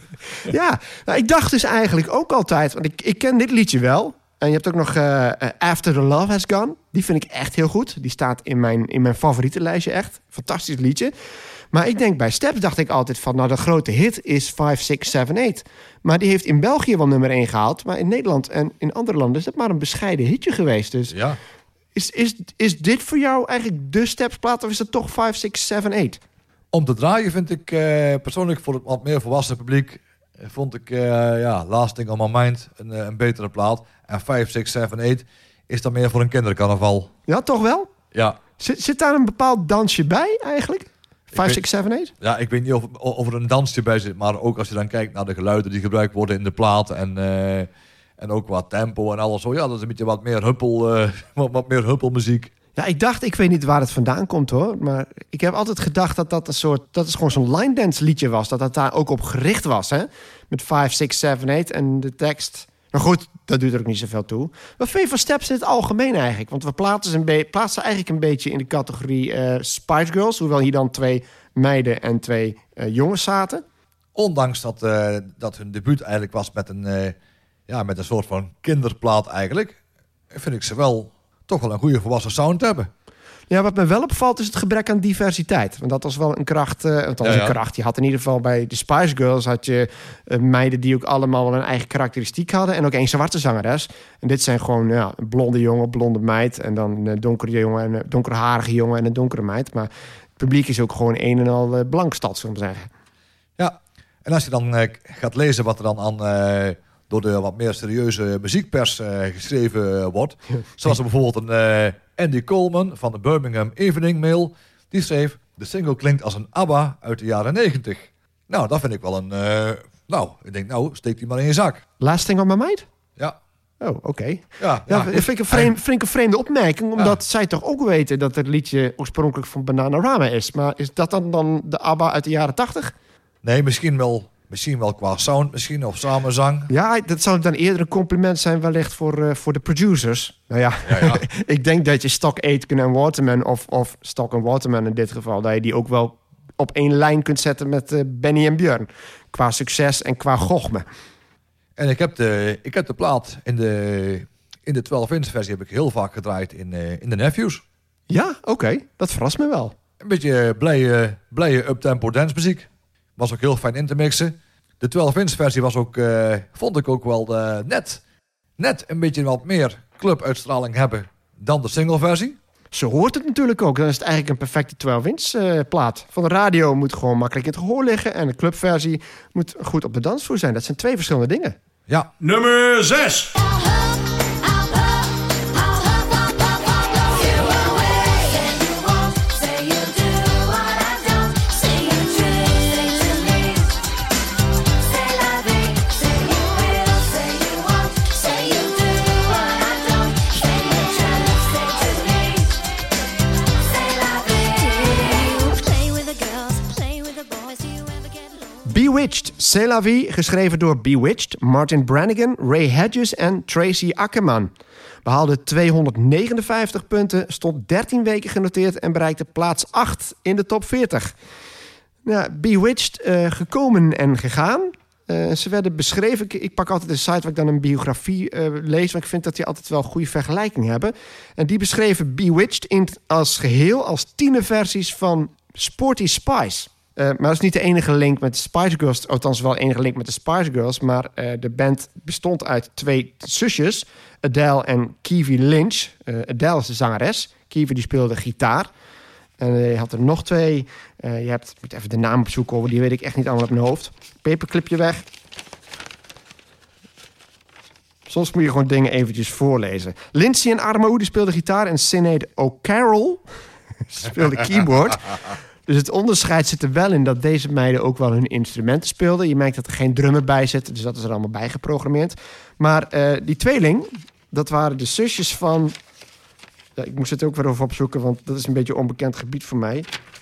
Ja, nou, ik dacht dus eigenlijk ook altijd, want ik, ik ken dit liedje wel... En je hebt ook nog uh, After the Love Has Gone. Die vind ik echt heel goed. Die staat in mijn, in mijn favoriete lijstje echt. Fantastisch liedje. Maar ik denk bij Steps dacht ik altijd van... nou, de grote hit is vijf, zes, zeven, acht. Maar die heeft in België wel nummer één gehaald. Maar in Nederland en in andere landen is dat maar een bescheiden hitje geweest. Dus
ja.
is, is, is dit voor jou eigenlijk de Steps-plaat... of is dat toch vijf, zes, zeven, acht?
Om te draaien vind ik uh, persoonlijk voor het wat meer volwassen publiek... vond ik uh, ja, Last Thing on My Mind een, uh, een betere plaat. En vijf, zes, zeven, acht is dan meer voor een kindercarnaval.
Ja, toch wel?
Ja.
Zit, zit daar een bepaald dansje bij eigenlijk? vijf,
weet-
zes, zeven, acht?
Ja, ik weet niet of, of er een dansje bij zit, maar ook als je dan kijkt naar de geluiden die gebruikt worden in de plaat en, uh, en ook wat tempo en alles zo. Ja, dat is een beetje wat meer huppel, uh, wat, wat meer huppelmuziek.
Ja, ik dacht, ik weet niet waar het vandaan komt hoor. Maar ik heb altijd gedacht dat dat een soort... dat is gewoon zo'n line dance liedje was. Dat dat daar ook op gericht was, hè? Met vijf, zes, zeven, acht en de tekst... Maar goed, dat doet er ook niet zoveel toe. Wat vind je van Steps in het algemeen eigenlijk? Want we plaatsen, een be- plaatsen eigenlijk een beetje in de categorie uh, Spice Girls. Hoewel hier dan twee meiden en twee uh, jongens zaten.
Ondanks dat, uh, dat hun debuut eigenlijk was met een, uh, ja, met een soort van kinderplaat eigenlijk... vind ik ze wel toch wel een goede volwassen sound hebben.
Ja, wat me wel opvalt is het gebrek aan diversiteit. Want dat was wel een kracht. Uh, dat was
Ja, ja.
een kracht. Je had in ieder geval bij de Spice Girls had je uh, meiden die ook allemaal wel een eigen karakteristiek hadden. En ook één zwarte zangeres. En dit zijn gewoon ja, een blonde jongen, blonde meid. En dan een donkere jongen, en een donkerharige jongen en een donkere meid. Maar het publiek is ook gewoon een en al uh, blank stad, zullen we zeggen.
Ja, en als je dan uh, gaat lezen wat er dan aan... Uh, door de wat meer serieuze muziekpers uh, geschreven uh, wordt. Zoals er bijvoorbeeld een uh, Andy Coleman van de Birmingham Evening Mail. Die schreef, de single klinkt als een ABBA uit de jaren negentig. Nou, dat vind ik wel een... Uh, nou, ik denk, nou, steek die maar in je zak.
Last Thing on My Mind?
Ja.
Oh, oké. Okay.
Ja,
Ja,
ja,
dat vind ik een, vreemd, vind ik een vreemde opmerking. Omdat
Ja.
zij toch ook weten dat het liedje oorspronkelijk van Bananarama is. Maar is dat dan, dan de ABBA uit de jaren tachtig?
Nee, misschien wel, misschien wel qua sound, misschien, of samenzang.
Ja, dat zou dan eerder een compliment zijn wellicht voor, uh, voor de producers. Nou ja,
Ja, ja.
ik denk dat je Stock Aitken en Waterman... of, of Stock en Waterman in dit geval... dat je die ook wel op één lijn kunt zetten met uh, Benny en Björn. Qua succes en qua gochme.
En ik heb de, ik heb de plaat in de, in de twaalf inch versie heb ik heel vaak gedraaid in, uh, in de Nephews.
Ja, oké. Okay. Dat verrast me wel.
Een beetje blije, blije up-tempo dancemuziek. Was ook heel fijn in te mixen. De twaalf inch versie was ook, uh, vond ik ook wel uh, net, net een beetje wat meer clubuitstraling hebben dan de single versie.
Zo hoort het natuurlijk ook. Dan is het eigenlijk een perfecte twaalf inch uh, plaat. Van de radio moet gewoon makkelijk in het gehoor liggen. En de clubversie moet goed op de dansvloer zijn. Dat zijn twee verschillende dingen.
Ja.
Nummer zes.
Bewitched, C'est la vie, geschreven door Bewitched, Martin Brannigan, Ray Hedges en Tracy Ackerman. Behaalde tweehonderdnegenenvijftig punten, stond dertien weken genoteerd en bereikte plaats acht in de top veertig. Ja, Bewitched, uh, gekomen en gegaan. Uh, ze werden beschreven, ik, ik pak altijd een site waar ik dan een biografie uh, lees, want ik vind dat die altijd wel een goede vergelijking hebben. En die beschreven Bewitched in als geheel als tienerversies van Sporty Spice. Uh, maar dat is niet de enige link met de Spice Girls. Althans wel de enige link met de Spice Girls. Maar uh, de band bestond uit twee zusjes. Adele en Kiwi Lynch. Uh, Adele is de zangeres. Kiwi die speelde gitaar. En uh, je had er nog twee. Uh, je hebt, ik moet even de naam opzoeken, hoor. Die weet ik echt niet allemaal op mijn hoofd. Paperclipje weg. Soms moet je gewoon dingen eventjes voorlezen. Lindsay en Armo die speelden gitaar. En Sinead O'Carroll speelde keyboard. Dus het onderscheid zit er wel in dat deze meiden ook wel hun instrumenten speelden. Je merkt dat er geen drummer bij zit, dus dat is er allemaal bij geprogrammeerd. Maar uh, die tweeling, dat waren de zusjes van... Ja, ik moest het ook weer over opzoeken, want dat is een beetje een onbekend gebied voor mij.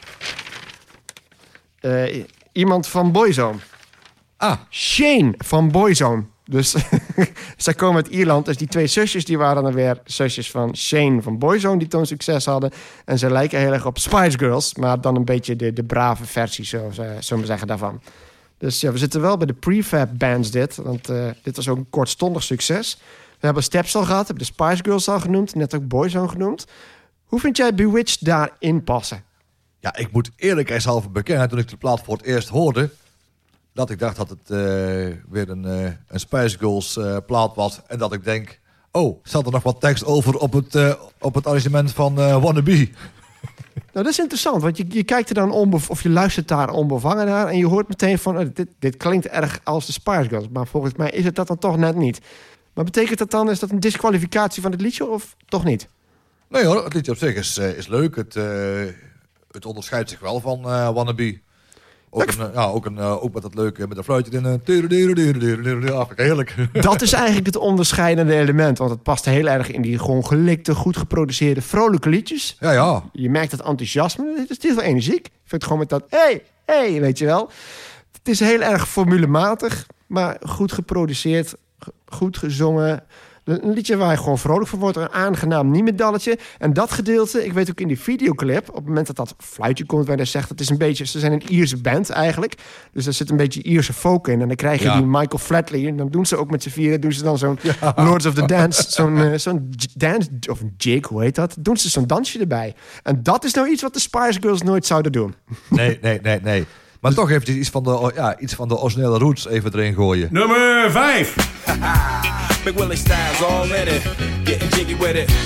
Uh, iemand van Boyzone.
Ah.
Shane van Boyzone. Dus zij komen uit Ierland. Dus die twee zusjes die waren dan weer zusjes van Shane van Boyzone... die toen succes hadden. En ze lijken heel erg op Spice Girls... maar dan een beetje de, de brave versie, zo, zo maar zeggen, daarvan. Dus ja, we zitten wel bij de prefab bands dit. Want uh, dit was ook een kortstondig succes. We hebben Steps al gehad, hebben de Spice Girls al genoemd... net ook Boyzone genoemd. Hoe vind jij Bewitched daarin passen?
Ja, ik moet eerlijkheidshalve bekennen, toen ik de plaat voor het eerst hoorde... dat ik dacht dat het uh, weer een, uh, een Spice Girls uh, plaat was. En dat ik denk, oh, zat er nog wat tekst over op het, uh, op het arrangement van uh, Wannabe?
Nou, dat is interessant, want je, je kijkt er dan onbev- of je luistert daar onbevangen naar en je hoort meteen van, oh, dit, dit klinkt erg als de Spice Girls, maar volgens mij is het dat dan toch net niet. Maar betekent dat dan, is dat een disqualificatie van het liedje of toch niet?
Nee hoor, het liedje op zich is, uh, is leuk. Het, uh, het onderscheidt zich wel van uh, Wannabe. Ook, een, uh, ja, ook, een, uh, ook met dat leuke, met een fluitje in. Uh, heerlijk.
Dat is eigenlijk het onderscheidende element, want het past heel erg in die gewoon gelikte, goed geproduceerde, vrolijke liedjes.
Ja, ja.
Je merkt dat enthousiasme, het is heel energiek. Ik vind het gewoon met dat, hey, hey, weet je wel. Het is heel erg formulematig, maar goed geproduceerd, goed gezongen. Een liedje waar je gewoon vrolijk van wordt. Een aangenaam niet-medalletje. En dat gedeelte, ik weet ook in die videoclip, op het moment dat dat fluitje komt, waar hij zegt, het is een beetje, ze zijn een Ierse band eigenlijk. Dus daar zit een beetje Ierse folk in. En dan krijg je
ja.
die Michael Flatley. En dan doen ze ook met z'n vieren, doen ze dan zo'n ja. Lords of the Dance, zo'n, uh, zo'n dance, of een jig, hoe heet dat? Doen ze zo'n dansje erbij. En dat is nou iets wat de Spice Girls nooit zouden doen.
Nee, nee, nee, nee. Maar toch eventjes iets van de, ja, iets van de originele roots even erin gooien.
Nummer vijf.
Big Willie Styles all in it, getting jiggy with it.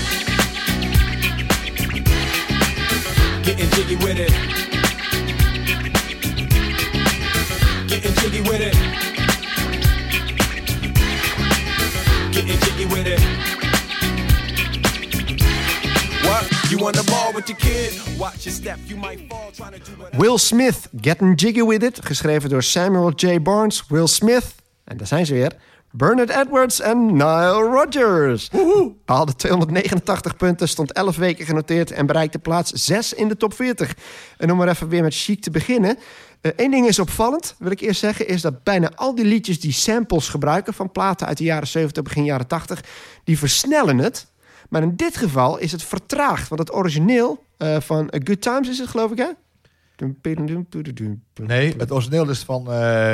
Getting jiggy with it. Getting jiggy with it. Getting jiggy with it. What? You on the ball with your kid? Watch your step, you might fall trying to do what.
Will Smith, Getting Jiggy With It. Geschreven door Samuel J. Barnes. Will Smith, en daar zijn ze weer, Bernard Edwards en Nile Rodgers. Haalde tweehonderdnegenentachtig punten, stond elf weken genoteerd en bereikte plaats zes in de top veertig. En om maar even weer met chic te beginnen. Eén uh, ding is opvallend, wil ik eerst zeggen, is dat bijna al die liedjes die samples gebruiken van platen uit de jaren zeventig, begin jaren tachtig, die versnellen het. Maar in dit geval is het vertraagd, want het origineel uh, van A Good Times is het, geloof ik, hè?
Nee, het origineel is van uh,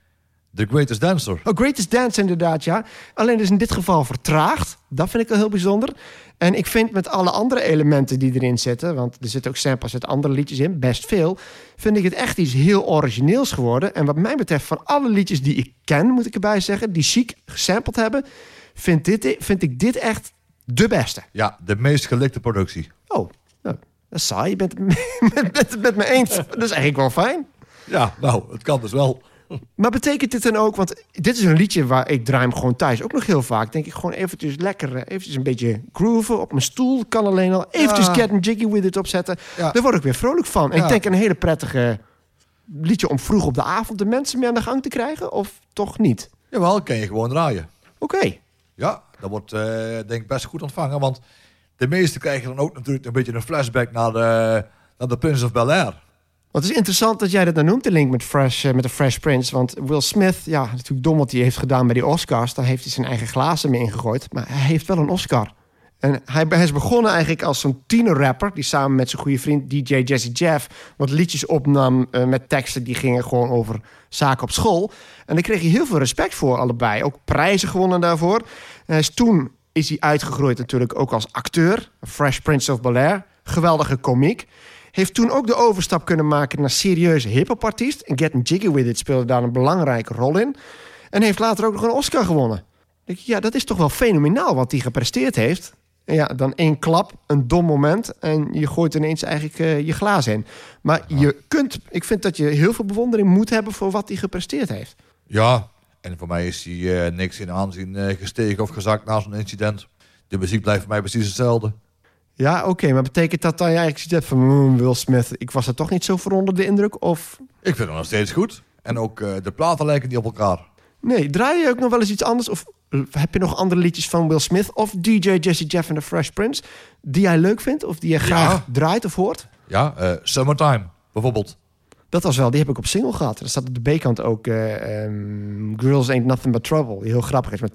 The Greatest Dancer.
Oh, Greatest Dance inderdaad, ja. Alleen is in dit geval vertraagd. Dat vind ik wel heel bijzonder. En ik vind met alle andere elementen die erin zitten, want er zitten ook samples uit andere liedjes in, best veel, vind ik het echt iets heel origineels geworden. En wat mij betreft, van alle liedjes die ik ken, moet ik erbij zeggen, die chic gesampled hebben, vind, dit, vind ik dit echt de beste.
Ja, de meest gelikte productie.
Oh, nou, dat is saai. Je bent het met, met me eens. Dat is eigenlijk wel fijn.
Ja, nou, het kan dus wel.
Maar betekent dit dan ook, want dit is een liedje waar ik draai hem gewoon thuis ook nog heel vaak. Denk ik gewoon eventjes lekker, eventjes een beetje grooven op mijn stoel. Kan alleen al eventjes ja. Getting Jiggy With It opzetten. Ja. Daar word ik weer vrolijk van. En ja. ik denk een hele prettige liedje om vroeg op de avond de mensen mee aan de gang te krijgen. Of toch niet?
Jawel, kan je gewoon draaien.
Oké. Okay.
Ja, dat wordt uh, denk ik best goed ontvangen. Want de meesten krijgen dan ook natuurlijk een beetje een flashback naar de, naar de Prince of Bel-Air.
Want het is interessant dat jij dat nou noemt, de link met, Fresh, uh, met de Fresh Prince. Want Will Smith, ja, natuurlijk dom wat hij heeft gedaan bij die Oscars. Daar heeft hij zijn eigen glazen mee ingegooid. Maar hij heeft wel een Oscar. En hij, hij is begonnen eigenlijk als zo'n tienerrapper, die samen met zijn goede vriend D J Jazzy Jeff wat liedjes opnam uh, met teksten die gingen gewoon over zaken op school. En daar kreeg hij heel veel respect voor allebei. Ook prijzen gewonnen daarvoor. En is, toen is hij uitgegroeid natuurlijk ook als acteur. Fresh Prince of Bel-Air. Geweldige komiek. Heeft toen ook de overstap kunnen maken naar serieuze hip-hop-artiest. En Getting Jiggy With It speelde daar een belangrijke rol in. En heeft later ook nog een Oscar gewonnen. Denk je, ja, dat is toch wel fenomenaal wat hij gepresteerd heeft. En ja, dan één klap, een dom moment en je gooit ineens eigenlijk uh, je glaas in. Maar ja. je kunt, ik vind dat je heel veel bewondering moet hebben voor wat hij gepresteerd heeft.
Ja, en voor mij is hij uh, niks in aanzien uh, gestegen of gezakt na zo'n incident. De muziek blijft voor mij precies hetzelfde.
Ja, oké, okay, maar betekent dat dan eigenlijk ziet dat van mm, Will Smith, ik was er toch niet zo voor onder de indruk? Of?
Ik vind het nog steeds goed. En ook uh, de platen lijken niet op elkaar.
Nee, draai je ook nog wel eens iets anders? Of heb je nog andere liedjes van Will Smith of D J Jazzy Jeff en The Fresh Prince die jij leuk vindt of die je graag ja. draait of hoort?
Ja, uh, Summertime bijvoorbeeld.
Dat was wel, die heb ik op single gehad. Er staat op de B-kant ook uh, um, Girls Ain't Nothing But Trouble, die heel grappig is. Met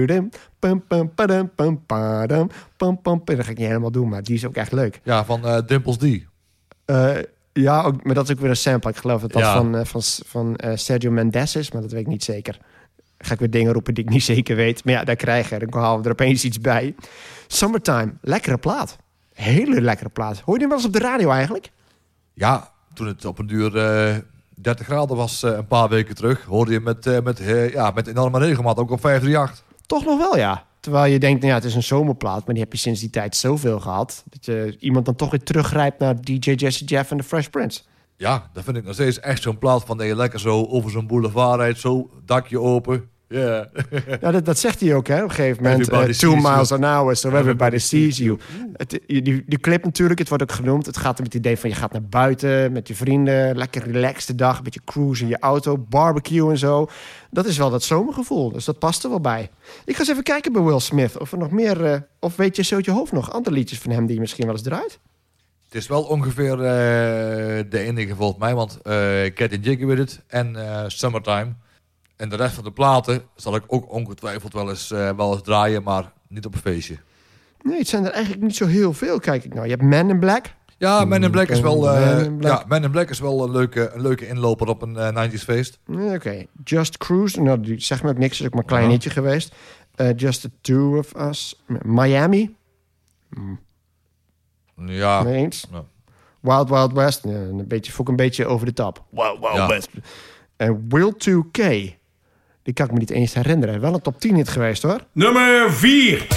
dat ga ik niet helemaal doen, maar die is ook echt leuk.
Ja, van uh, Dimples D.
Uh, ja, ook, maar dat is ook weer een sample. Ik geloof dat dat ja. van, uh, van, van uh, Sergio Mendes is, maar dat weet ik niet zeker. Ga ik weer dingen roepen die ik niet zeker weet. Maar ja, daar krijg je. Dan halen we er opeens iets bij. Summertime, lekkere plaat. Hele lekkere plaat. Hoor je die wel eens op de radio eigenlijk?
Ja, toen het op een duur uh, dertig graden was uh, een paar weken terug, hoorde je met, uh, met, uh, ja, met enorme regelmaat ook op vijf drie acht.
Toch nog wel, ja. Terwijl je denkt, nou ja, het is een zomerplaat, maar die heb je sinds die tijd zoveel gehad, dat je iemand dan toch weer teruggrijpt naar D J Jazzy Jeff en The Fresh Prince.
Ja, dat vind ik nog steeds echt zo'n plaat van dat je lekker zo over zo'n boulevard rijdt, zo, dakje open. Yeah.
Ja, dat, dat zegt hij ook, hè, op een gegeven moment. Uh, two miles an hour, so everybody sees you. Het, die, die clip natuurlijk, het wordt ook genoemd. Het gaat om het idee van je gaat naar buiten met je vrienden, lekker relaxed de dag, een beetje cruisen in je auto, barbecue en zo. Dat is wel dat zomergevoel, dus dat past er wel bij. Ik ga eens even kijken bij Will Smith of er nog meer, uh, of weet je zo uit je hoofd nog andere liedjes van hem die je misschien wel eens draait?
Het is wel ongeveer uh, de enige volgens mij, want uh, Getting Jiggy With It en uh, Summertime. En de rest van de platen zal ik ook ongetwijfeld wel eens, uh, wel eens draaien, maar niet op een feestje.
Nee, het zijn er eigenlijk niet zo heel veel, kijk ik nou. Je hebt Man in Black.
Ja, Man in Black is wel, uh,
Man in Black.
ja, Man in Black is wel een leuke, een leuke inloper op een uh, nineties feest.
Oké, okay. Just Cruise. Nou, die zegt me ook niks, is ook maar een klein ja. hitje geweest. Uh, Just the Two of Us. Miami. Mm.
Ja.
Nee eens.
Ja.
Wild Wild West. Ja, een beetje, vond ik een beetje over de top. Wild Wild
ja.
West. En Will two K. Die kan ik me niet eens herinneren. Wel een top tien hit geweest, hoor.
Nummer vier.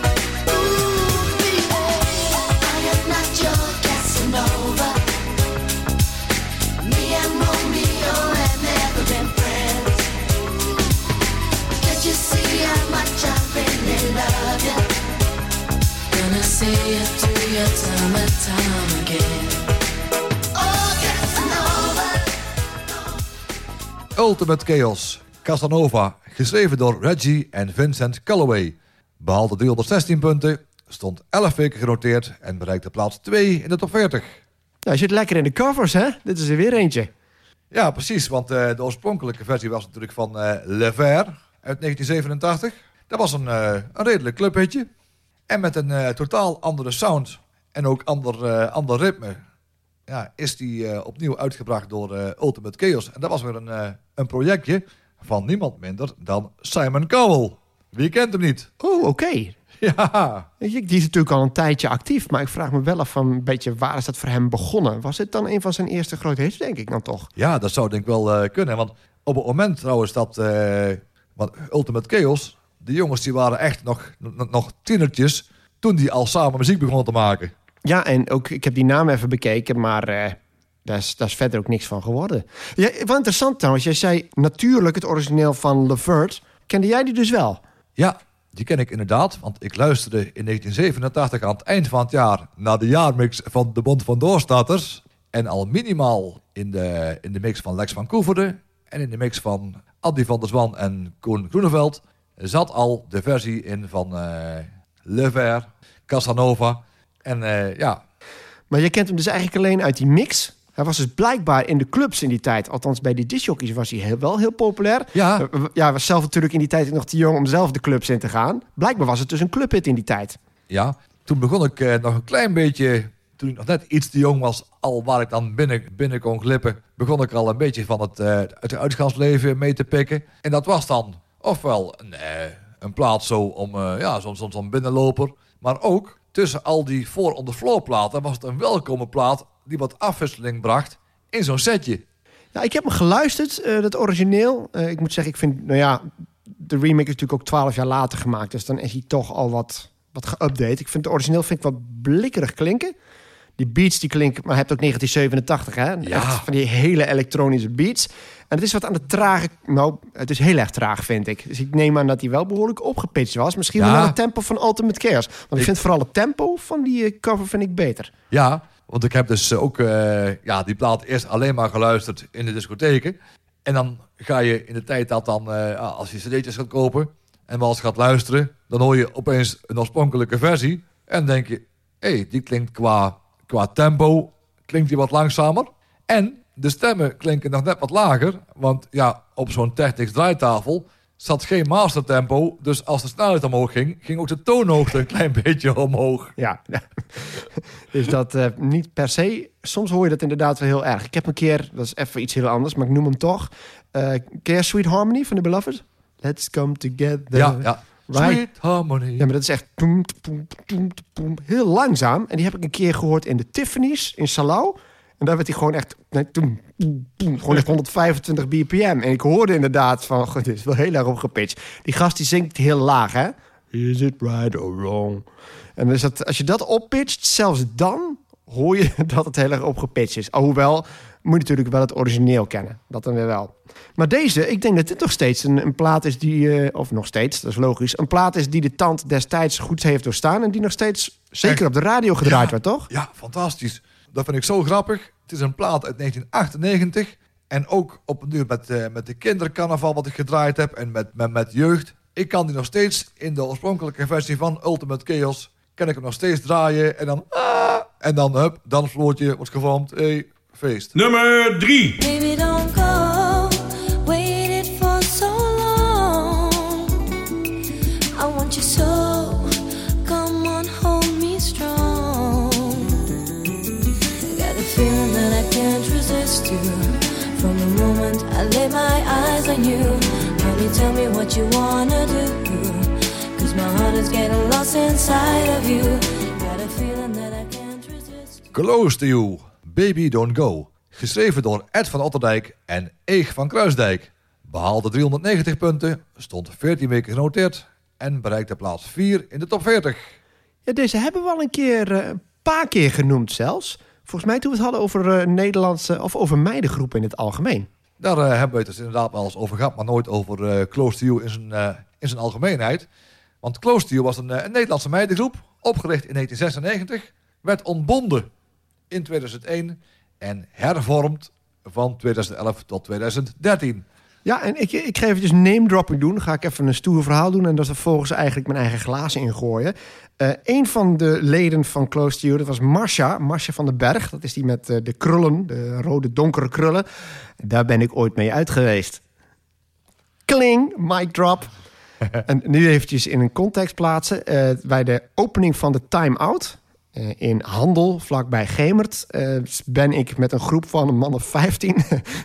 Ultimate Chaos, Casanova, geschreven door Reggie en Vincent Calloway. Behaalde driehonderdzestien punten, stond elf weken genoteerd en bereikte plaats twee in de top veertig.
Nou, je zit lekker in de covers, hè? Dit is er weer eentje.
Ja, precies, want uh, de oorspronkelijke versie was natuurlijk van uh, Le Ver uit negentien zevenentachtig. Dat was een, uh, een redelijk clubhitje. En met een uh, totaal andere sound en ook ander, uh, ander ritme... Ja, is die uh, opnieuw uitgebracht door uh, Ultimate Chaos. En dat was weer een, uh, een projectje van niemand minder dan Simon Cowell. Wie kent hem niet?
Oh, oké. Okay.
Ja.
Die is natuurlijk al een tijdje actief, maar ik vraag me wel af van een beetje waar is dat voor hem begonnen? Was het dan een van zijn eerste grote hits, denk ik dan toch?
Ja, dat zou denk ik wel uh, kunnen. Want op het moment trouwens dat uh, want Ultimate Chaos, de jongens die waren echt nog, nog tienertjes toen die al samen muziek begonnen te maken.
Ja, en ook, ik heb die naam even bekeken, maar uh, daar, is, daar is verder ook niks van geworden. Ja, wat interessant trouwens, jij zei natuurlijk het origineel van Levert. Kende jij die dus wel?
Ja, die ken ik inderdaad, want ik luisterde in negentien zevenentachtig aan het eind van het jaar naar de jaarmix van de Bond van Doorstarters. En al minimaal in de, in de mix van Lex van Koeverde en in de mix van Addy van der Zwan en Koen Groeneveld zat al de versie in van uh, Le Ver, Casanova. En uh, ja.
Maar je kent hem dus eigenlijk alleen uit die mix. Hij was dus blijkbaar in de clubs in die tijd. Althans, bij die discjockeys was hij heel, wel heel populair.
Ja.
Uh, ja, was zelf natuurlijk in die tijd nog te jong om zelf de clubs in te gaan. Blijkbaar was het dus een clubhit in die tijd.
Ja, toen begon ik uh, nog een klein beetje... Toen ik nog net iets te jong was, al waar ik dan binnen, binnen kon glippen... begon ik al een beetje van het, uh, het uitgaansleven mee te pikken. En dat was dan ofwel een, uh, een plaats zo om uh, ja, zo'n zo, zo binnenloper... maar ook... Tussen al die voor on the floor platen was het een welkome plaat die wat afwisseling bracht in zo'n setje.
Ja, ik heb hem geluisterd, uh, dat origineel. Uh, ik moet zeggen, ik vind, nou ja, de remake is natuurlijk ook twaalf jaar later gemaakt. Dus dan is hij toch al wat, wat geüpdate. Ik vind het origineel vind ik wat blikkerig klinken. Die beats die klinken, maar je hebt ook negentien zevenentachtig, hè?
Ja.
Echt van die hele elektronische beats. En het is wat aan de trage... Nou, het is heel erg traag, vind ik. Dus ik neem aan dat hij wel behoorlijk opgepitcht was. Misschien
ja.
wel het tempo van Ultimate Chaos. Want ik, ik vind vooral het tempo van die cover vind ik beter.
Ja, want ik heb dus ook uh, ja, die plaat eerst alleen maar geluisterd in de discotheken. En dan ga je in de tijd dat dan, uh, als je cd'tjes gaat kopen... en wel eens gaat luisteren... dan hoor je opeens een oorspronkelijke versie... en denk je, hé, hey, die klinkt qua... Qua tempo klinkt hij wat langzamer. En de stemmen klinken nog net wat lager. Want ja, op zo'n Technics draaitafel zat geen mastertempo. Dus als de snelheid omhoog ging, ging ook de toonhoogte een klein beetje omhoog.
Ja, dus dat uh, niet per se. Soms hoor je dat inderdaad wel heel erg. Ik heb een keer, dat is even iets heel anders, maar ik noem hem toch. Uh, ken je Sweet Harmony van The Beloved? Let's come together.
Ja, ja.
Right.
Sweet Harmony.
Ja, maar dat is echt poem, poem, poem, poem, heel langzaam. En die heb ik een keer gehoord in de Tiffany's in Salau. En daar werd hij gewoon echt... Nee, poem, poem, poem, gewoon echt honderdvijfentwintig bpm. En ik hoorde inderdaad van... Dit is wel heel erg opgepitcht. Die gast die zingt heel laag, hè? Is it right or wrong? En dus dat, als je dat oppitcht, zelfs dan hoor je dat het heel erg opgepitcht is. Alhoewel, moet je natuurlijk wel het origineel kennen. Dat dan weer wel. Maar deze, ik denk dat dit nog steeds een, een plaat is die... Uh, of nog steeds, dat is logisch. Een plaat is die de tand destijds goed heeft doorstaan. En die nog steeds zeker
Echt?
op de radio gedraaid
Ja,
wordt, toch?
Ja, fantastisch. Dat vind ik zo grappig. Het is een plaat uit negentien achtennegentig. En ook op een duur met, uh, met de kindercarnaval wat ik gedraaid heb. En met, met, met jeugd. Ik kan die nog steeds in de oorspronkelijke versie van Ultimate Chaos. Kan ik hem nog steeds draaien. En dan... Ah, en dan, hup, dansvloertje wordt gevormd. Hey, feest.
Nummer drie.
Baby, don't go. Waited for so long. I want you so. Come on, hold me strong. Got a feeling that I can't resist you. From the moment I lay my eyes on you. Honey, tell me what you wanna do. Cause my heart is getting lost inside of you. Got a feeling that I can't resist.
Close to You, Baby Don't Go. Geschreven door Ed van Otterdijk en Eeg van Kruisdijk. Behaalde driehonderdnegentig punten, stond veertien weken genoteerd en bereikte plaats vier in de top veertig.
Ja, deze hebben we al een keer, uh, een paar keer genoemd zelfs. Volgens mij toen we het hadden over uh, Nederlandse of over meidengroepen in het algemeen.
Daar uh, hebben we het dus inderdaad wel eens over gehad, maar nooit over uh, Close to You in zijn, uh, in zijn algemeenheid. Want Close to You was een, uh, een Nederlandse meidengroep, opgericht in negentien zesennegentig, werd ontbonden in tweeduizend één en hervormd van tweeduizend elf tot tweeduizend dertien.
Ja, en ik, ik ga eventjes name dropping doen. Dan ga ik even een stoer verhaal doen en dan vervolgens eigenlijk mijn eigen glazen ingooien. Uh, een van de leden van Close to You, dat was Marcia, Marcia van den Berg. Dat is die met uh, de krullen, de rode donkere krullen. Daar ben ik ooit mee uit geweest. Kling, mic drop. En nu eventjes in een context plaatsen. Uh, bij de opening van de Time Out uh, in Handel, vlakbij Gemert, uh, ben ik met een groep van een man of vijftien...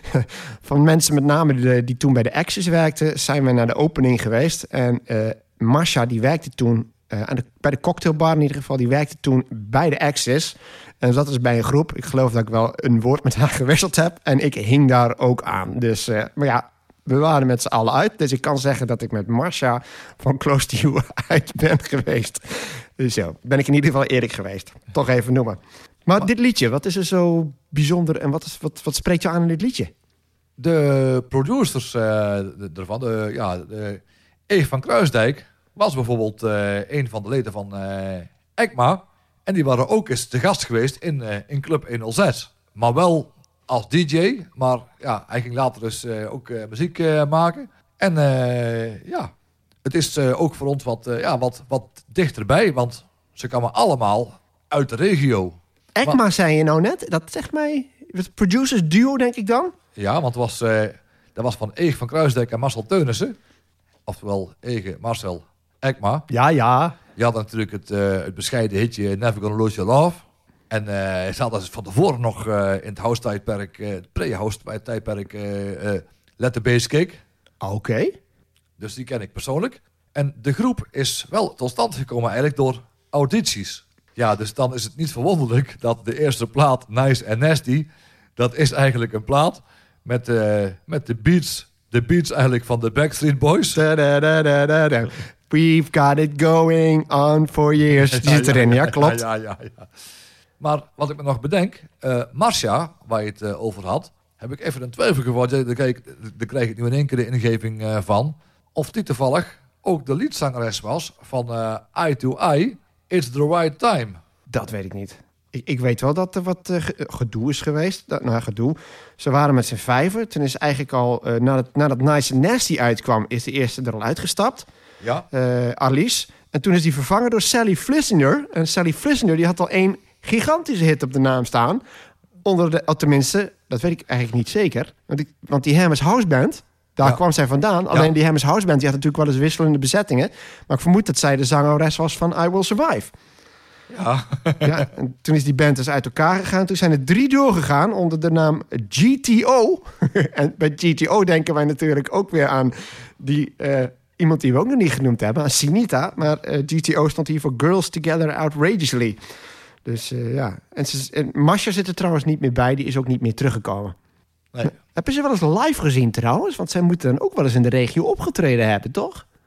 van mensen met name die, die toen bij de Axis werkten, zijn we naar de opening geweest. En uh, Marcia, die werkte toen uh, aan de, bij de cocktailbar in ieder geval, die werkte toen bij de Axis. En dat is bij een groep. Ik geloof dat ik wel een woord met haar gewisseld heb. En ik hing daar ook aan. Dus, uh, maar ja, we waren met z'n allen uit. Dus ik kan zeggen dat ik met Marcia van Close to You uit ben geweest. Dus ja, ben ik in ieder geval eerlijk geweest. Toch even noemen. Maar dit liedje, wat is er zo bijzonder en wat, is, wat, wat spreekt je aan in dit liedje?
De producers uh, ervan, de, ja, de Eeg van Kruisdijk, was bijvoorbeeld uh, een van de leden van uh, ECMA. En die waren ook eens te gast geweest in, uh, in Club honderdzes. Maar wel als D J, maar ja, hij ging later dus uh, ook uh, muziek uh, maken. En uh, ja, het is uh, ook voor ons wat, uh, ja, wat, wat dichterbij, want ze kwamen allemaal uit de regio.
ECMA maar, zei je nou net, dat zegt mij, het producers duo denk ik dan?
Ja, want het was, uh, dat was van Eeg van Kruisdijk en Marcel Teunissen. Oftewel Ege, Marcel, ECMA.
Ja, ja.
Je had natuurlijk het, uh, het bescheiden hitje Never Gonna Lose Your Love. En uh, ze hadden van tevoren nog uh, in het house-tijdperk, uh, het pre-house-tijdperk, uh, uh, Let the Bass Kick.
Oké. Okay.
Dus die ken ik persoonlijk. En de groep is wel tot stand gekomen eigenlijk door audities. Ja, dus dan is het niet verwonderlijk dat de eerste plaat, Nice and Nasty, dat is eigenlijk een plaat met, uh, met de beats, de beats eigenlijk van de Backstreet Boys.
Da, da, da, da, da, da. We've got it going on for years. Die zit erin, ja, klopt.
Ja, ja, ja, ja. Maar wat ik me nog bedenk, uh, Marcia, waar je het uh, over had, heb ik even een twijfel geworden. Daar krijg, daar krijg ik nu in één keer de ingeving uh, van. Of die toevallig ook de liedzangeres was van uh, Eye to Eye, It's the Right Time.
Dat weet ik niet. Ik, ik weet wel dat er wat uh, gedoe is geweest. Dat, nou, gedoe. Ze waren met z'n vijven. Toen is eigenlijk al, uh, nadat, nadat Nice and Nasty uitkwam, is de eerste er al uitgestapt.
Ja.
Uh, Alice. En toen is die vervangen door Sally Flissender. En Sally Flissender die had al één gigantische hit op de naam staan. Onder de, oh, tenminste, dat weet ik eigenlijk niet zeker. Want, ik, want die Hammers House Band, daar ja. kwam zij vandaan. Alleen ja. die Hammers House Band die had natuurlijk wel eens wisselende bezettingen. Maar ik vermoed dat zij de zangeres was van I Will Survive.
Ja.
ja, en toen is die band dus uit elkaar gegaan. Toen zijn er drie doorgegaan onder de naam G T O. En bij G T O denken wij natuurlijk ook weer aan die... Uh, iemand die we ook nog niet genoemd hebben, aan Sinita. Maar uh, G T O stond hier voor Girls Together Outrageously. Dus uh, ja. En, ze, en Masha zit er trouwens niet meer bij. Die is ook niet meer teruggekomen.
Nee.
Heb je ze wel eens live gezien trouwens? Want zij moeten dan ook wel eens in de regio opgetreden hebben, toch?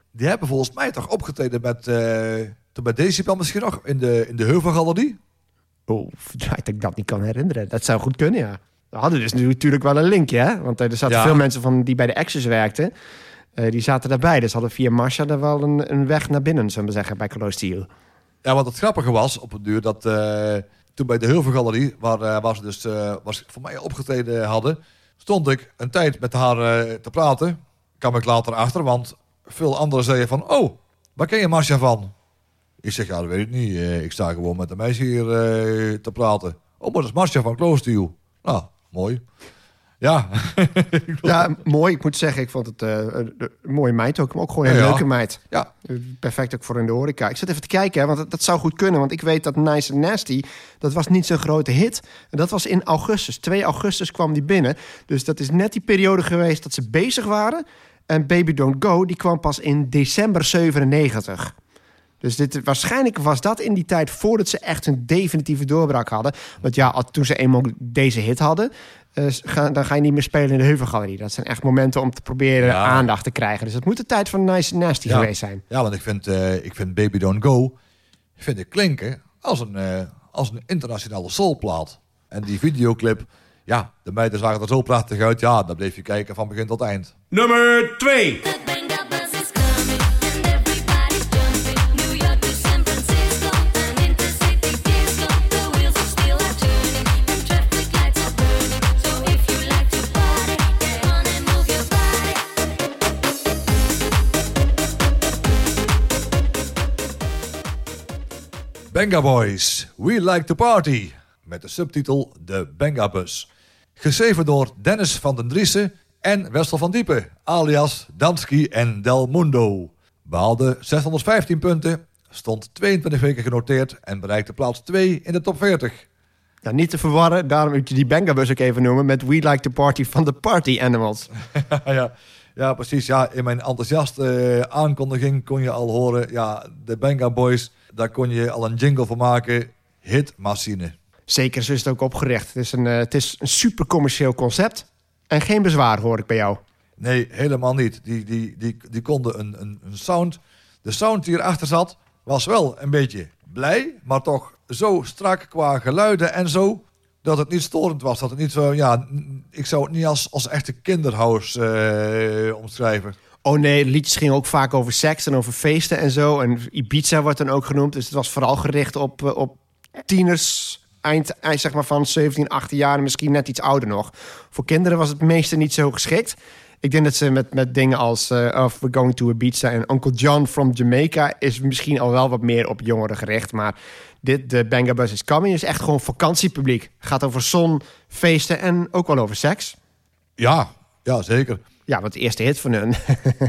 Die hebben volgens mij toch opgetreden met, uh, toen bij Decibel misschien nog, in de, in de Heuvelgalerie.
Oh, dat ik dat niet kan herinneren. Dat zou goed kunnen, ja. We hadden dus natuurlijk wel een linkje, hè? Want er zaten
Ja.
veel mensen van die bij de Access werkten. Uh, die zaten daarbij. Dus hadden via Marsha er wel een, een weg naar binnen, zullen we zeggen, bij Close Steel.
Ja, wat het grappige was op het duur, dat uh, toen bij de Heuvelgalerie, waar, uh, waar ze dus uh, was voor mij opgetreden hadden, stond ik een tijd met haar uh, te praten. Kwam ik later achter, want veel anderen zeiden van, oh, waar ken je Marsha van? Ik zeg, ja, dat weet ik niet. Uh, ik sta gewoon met een meisje hier uh, te praten. Oh, maar dat is Marsha van Close Steel. Nou, mooi. Ja.
Ja, mooi. Ik moet zeggen, ik vond het uh, een, een mooie meid ook. Maar ook gewoon een
Ja, ja.
leuke meid.
Ja.
Perfect ook voor in de horeca. Ik zit even te kijken, hè, want dat, dat zou goed kunnen. Want ik weet dat Nice and Nasty, dat was niet zo'n grote hit. En dat was in augustus. twee augustus kwam die binnen. Dus dat is net die periode geweest dat ze bezig waren. En Baby Don't Go, die kwam pas in december zevenennegentig. Dus dit, waarschijnlijk was dat in die tijd voordat ze echt een definitieve doorbraak hadden. Want ja, toen ze eenmaal deze hit hadden, uh, ga, dan ga je niet meer spelen in de Heuvelgalerie. Dat zijn echt momenten om te proberen
Ja.
aandacht te krijgen. Dus het moet de tijd van Nice and Nasty
Ja.
geweest zijn.
Ja, want ik vind, uh, ik vind Baby Don't Go vind ik klinken als een, uh, als een internationale soulplaat. En die videoclip, ja, de meiden zagen er zo prachtig uit. Ja, dan bleef je kijken van begin tot eind.
Nummer twee.
The Benga bus is coming and everybody's jumping. New York to San Francisco, an intercity disco. The wheels of steel are turning and traffic lights are burning. So if you like to party, get on and move your body.
Benga Boys, We Like to Party. Met de subtitel De Benga Bus. Geschreven door Dennis van den Driessen en Wessel van Diepen, alias Dansky en Del Mundo. Behaalde zeshonderdvijftien punten, stond tweeëntwintig weken genoteerd en bereikte plaats twee in de top veertig.
Ja, niet te verwarren, daarom moet je die Bangabus ook even noemen met We Like to Party van de Party Animals.
ja, ja, precies. Ja, in mijn enthousiaste uh, aankondiging kon je al horen, ja, de Benga Boys, daar kon je al een jingle voor maken. Hitmachine.
Zeker, zo is het ook opgericht. Het is een, uh, het is een super commercieel concept. En geen bezwaar, hoor ik bij jou.
Nee, helemaal niet. Die, die, die, die konden een, een, een sound. De sound die erachter zat, was wel een beetje blij, maar toch zo strak qua geluiden en zo, dat het niet storend was. Dat het niet zo, ja, ik zou het niet als, als echte kinderhouse uh, omschrijven.
Oh nee, de liedjes gingen ook vaak over seks en over feesten en zo. En Ibiza wordt dan ook genoemd. Dus het was vooral gericht op, uh, op tieners, eind, eind zeg maar van zeventien, achttien jaar en misschien net iets ouder nog. Voor kinderen was het meeste niet zo geschikt. Ik denk dat ze met, met dingen als uh, of We're Going to Ibiza en Uncle John from Jamaica is misschien al wel wat meer op jongeren gericht. Maar dit, de Benga Bus is Coming, is echt gewoon vakantiepubliek. Gaat over zon, feesten en ook wel over seks.
Ja, ja, zeker.
Ja, want de eerste hit van hun,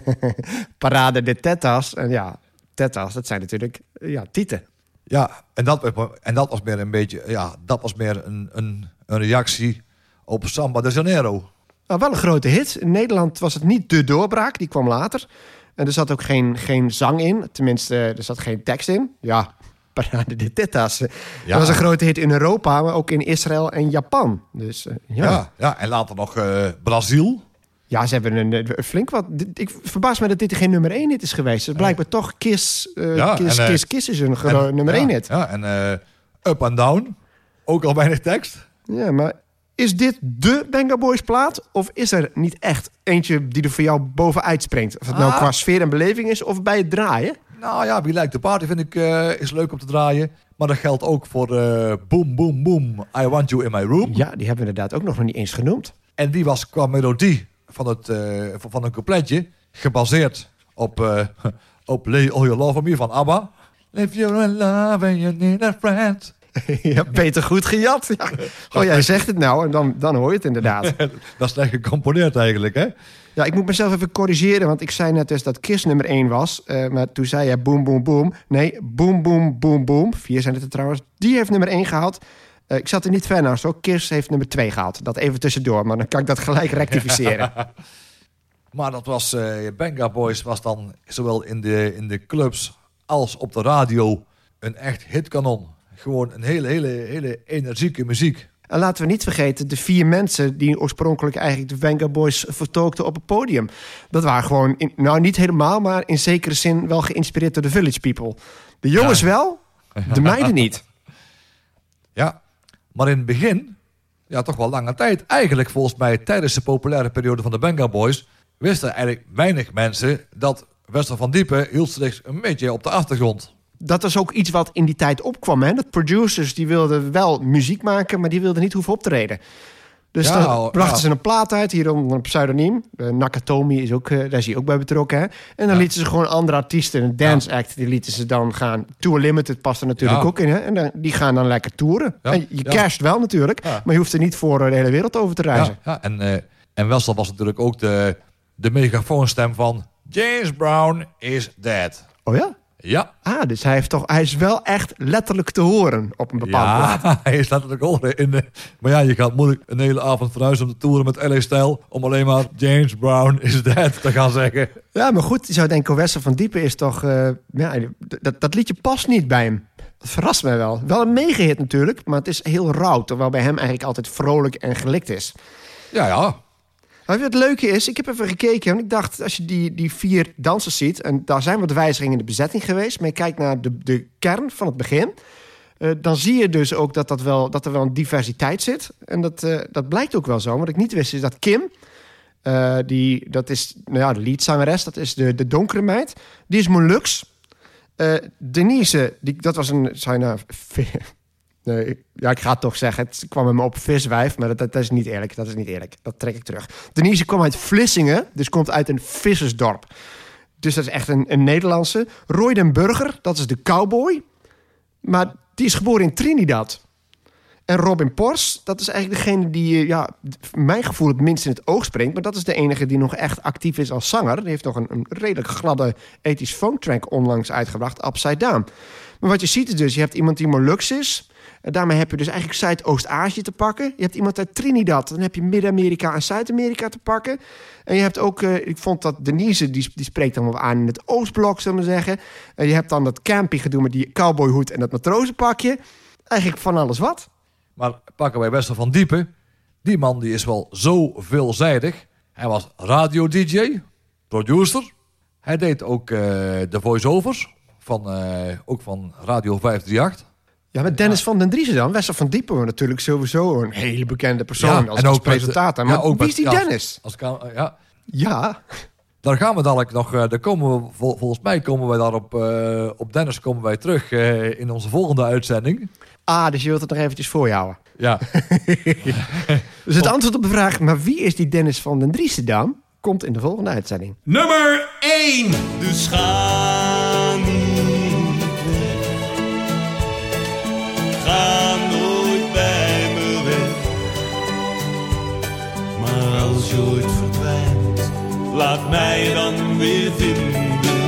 Parade de Tetas. En ja, Tetas, dat zijn natuurlijk ja, tieten.
Ja, en dat, en dat was meer een beetje, ja, dat was meer een, een, een reactie op Samba de Janeiro.
Nou, wel een grote hit. In Nederland was het niet de doorbraak, die kwam later. En er zat ook geen, geen zang in. Tenminste, er zat geen tekst in. Ja, Parade de Tetas. Ja. Dat was een grote hit in Europa, maar ook in Israël en Japan. Dus uh, ja.
Ja, ja, en later nog uh, Brazil.
Ja, ze hebben een, een flink wat. Ik verbaas me dat dit geen nummer één hit is geweest. Dus blijkbaar toch Kiss, uh,
ja,
Kiss,
en, uh,
Kiss, Kiss is een gro-
en,
nummer
ja,
één hit.
Ja, en uh, Up and Down, ook al weinig tekst.
Ja, maar is dit de Benga Boys plaat? Of is er niet echt eentje die er voor jou bovenuit springt? Of het nou
Ah.
qua sfeer en beleving is of bij het draaien?
Nou ja, We Like the Party vind ik uh, is leuk om te draaien. Maar dat geldt ook voor uh, Boom Boom Boom, I Want You in My Room.
Ja, die hebben we inderdaad ook nog niet eens genoemd.
En die was qua melodie van, het, uh, van een coupletje gebaseerd op, uh, op Lay All Your Love on Me van ABBA. If you're in love and you need a friend.
Ja, Peter, goed gejat. Ja. Oh, jij zegt het nou en dan, dan hoor je het inderdaad.
Dat is echt gecomponeerd eigenlijk, hè?
Ja, ik moet mezelf even corrigeren, want ik zei net dus dat Kiss nummer één was. Uh, maar toen zei je boom, boom, boom. Nee, boom, boom, boom, boom. Vier zijn het er trouwens. Die heeft nummer één gehaald. Uh, ik zat er niet ver naast, hoor. Kiss heeft nummer twee gehaald. Dat even tussendoor, maar dan kan ik dat gelijk rectificeren.
Maar dat was, uh, Benga Boys was dan zowel in de, in de clubs als op de radio een echt hitkanon. Gewoon een hele, hele, hele energieke muziek.
En laten we niet vergeten de vier mensen die oorspronkelijk eigenlijk de Venga Boys vertolkten op het podium. Dat waren gewoon, in, nou niet helemaal, maar in zekere zin wel geïnspireerd door de Village People. De jongens
Ja.
wel, de meiden niet.
Ja, maar in het begin, ja, toch wel lange tijd, eigenlijk volgens mij tijdens de populaire periode van de Venga Boys, wisten eigenlijk weinig mensen dat Wessel van Diepen hield zich een beetje op de achtergrond.
Dat is ook iets wat in die tijd opkwam. Hè? Dat producers die wilden wel muziek maken, maar die wilden niet hoeven op te treden. Dus
Ja,
dan brachten
ja.
ze een plaat uit, hier onder een pseudoniem. Uh, Nakatomi is ook, uh, daar is hij ook bij betrokken. Hè? En dan
Ja.
lieten ze gewoon andere artiesten, een dance act, die lieten ze dan gaan. Tour Limited past er natuurlijk
Ja.
ook in. Hè? En dan, die gaan dan lekker toeren.
Ja.
En je
Ja.
casht wel natuurlijk,
Ja.
maar je hoeft er niet voor uh, de hele wereld over te reizen.
Ja, ja. En, uh, en Wessel was natuurlijk ook de, de megafoonstem van James Brown is dead.
Oh ja?
Ja.
Ah, dus hij, heeft toch, hij is wel echt letterlijk te horen op een bepaald moment.
Ja, hij is letterlijk horen in de... Maar ja, je gaat moeilijk een hele avond verhuizen om te toeren met L A Style om alleen maar James Brown is dead te gaan zeggen.
Ja, maar goed, je zou denken, Wessel van Diepen is toch... Uh, ja, dat, dat liedje past niet bij hem. Dat verrast mij wel. Wel een megahit natuurlijk, maar het is heel rauw. Terwijl bij hem eigenlijk altijd vrolijk en gelikt is.
Ja, ja.
Maar het leuke is, ik heb even gekeken... en ik dacht, als je die, die vier dansers ziet... en daar zijn wat wijzigingen in de bezetting geweest... maar je kijkt naar de, de kern van het begin... Uh, dan zie je dus ook dat, dat, wel, dat er wel een diversiteit zit. En dat, uh, dat blijkt ook wel zo. Wat ik niet wist is dat Kim... Uh, die, dat is nou ja, de leadzangeres, dat is de, de donkere meid. Die is Molux. Uh, Denise, die, dat was een... Zijn, nou, nee, ja, ik ga het toch zeggen. Het kwam hem op viswijf, maar dat, dat, dat is niet eerlijk. Dat is niet eerlijk. Dat trek ik terug. Denise kwam uit Vlissingen, dus komt uit een vissersdorp. Dus dat is echt een, een Nederlandse. Roy den Burger, dat is de cowboy. Maar die is geboren in Trinidad. En Robin Pors, dat is eigenlijk degene die, ja, mijn gevoel het minst in het oog springt. Maar dat is de enige die nog echt actief is als zanger. Die heeft nog een, een redelijk gladde ethisch funk track onlangs uitgebracht, Upside Down. Maar wat je ziet is dus, je hebt iemand die Molux is. En daarmee heb je dus eigenlijk Zuidoost-Azië te pakken. Je hebt iemand uit Trinidad. Dan heb je Midden-Amerika en Zuid-Amerika te pakken. En je hebt ook, uh, ik vond dat Denise, die, die spreekt dan wel aan in het Oostblok, zullen we zeggen. En je hebt dan dat campy gedoe met die cowboyhoed en dat matrozenpakje. Eigenlijk van alles wat.
Maar pakken wij Wessel van Diepen. Die man die is wel zo veelzijdig. Hij was radio-D J, producer. Hij deed ook uh, de voice-overs. Van, uh, ook van Radio vijf drie acht.
Ja, met Dennis ja. van den Driessen dan. Wessel van Diepen natuurlijk sowieso een hele bekende persoon. Ja, als, en als ook presentator. Met, maar ja, ook wie is die met, Dennis?
Als, als, ja.
ja.
Daar gaan we dadelijk nog... Daar komen we, vol, volgens mij komen wij daar op, uh, op Dennis komen wij terug uh, in onze volgende uitzending.
Ah, dus je wilt het nog eventjes voor je houden.
Ja.
Dus het antwoord op de vraag, maar wie is die Dennis van den Driessen dan? Komt in de volgende uitzending.
Nummer één.
Dus ga niet weg. Ga nooit bij me weg. Maar als je ooit verdwijnt, laat mij dan weer vinden.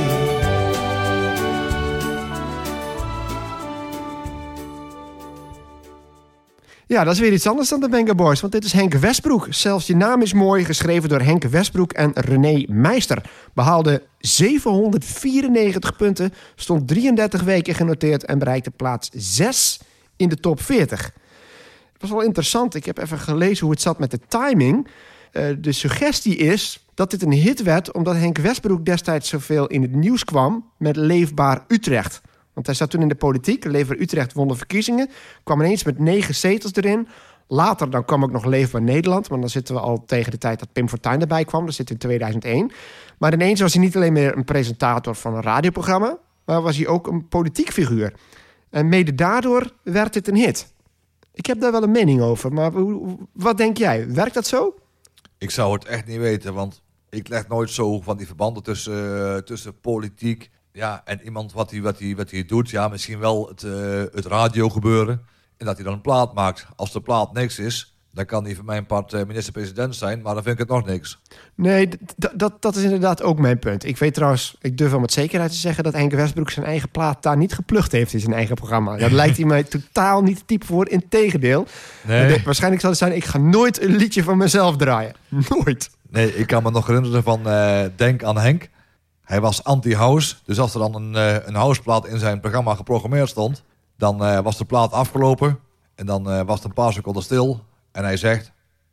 Ja, dat is weer iets anders dan de Venga Boys, want dit is Henke Westbroek. Zelfs je naam is mooi, geschreven door Henke Westbroek en René Meister. Behaalde zevenhonderdvierennegentig punten, stond drieëndertig weken genoteerd en bereikte plaats zes in de top veertig. Het was wel interessant, ik heb even gelezen hoe het zat met de timing. Uh, de suggestie is dat dit een hit werd omdat Henk Westbroek destijds zoveel in het nieuws kwam met Leefbaar Utrecht. Want hij zat toen in de politiek. Leefbaar Utrecht won de verkiezingen. Kwam ineens met negen zetels erin. Later dan kwam ook nog Leefbaar Nederland. Maar dan zitten we al tegen de tijd dat Pim Fortuyn erbij kwam. Dat zit in tweeduizend één. Maar ineens was hij niet alleen meer een presentator van een radioprogramma. Maar was hij ook een politiek figuur. En mede daardoor werd dit een hit. Ik heb daar wel een mening over. Maar wat denk jij? Werkt dat zo?
Ik zou het echt niet weten. Want ik leg nooit zo van die verbanden tussen, uh, tussen politiek... Ja, en iemand wat hij, wat hij, wat hij doet, ja, misschien wel het, uh, het radio gebeuren. En dat hij dan een plaat maakt. Als de plaat niks is, dan kan hij voor mijn part uh, minister-president zijn, maar dan vind ik het nog niks.
Nee, d- d- dat, dat is inderdaad ook mijn punt. Ik weet trouwens, ik durf wel met zekerheid te zeggen dat Henk Westbroek zijn eigen plaat daar niet geplukt heeft in zijn eigen programma. Dat lijkt hij mij totaal niet type voor, integendeel.
Nee.
De, waarschijnlijk zal het zijn, ik ga nooit een liedje van mezelf draaien. Nooit.
Nee, ik kan me nog herinneren van uh, Denk aan Henk. Hij was anti-house, dus als er dan een, uh, een houseplaat in zijn programma geprogrammeerd stond, dan uh, was de plaat afgelopen En dan uh, was het een paar seconden stil. En hij zegt...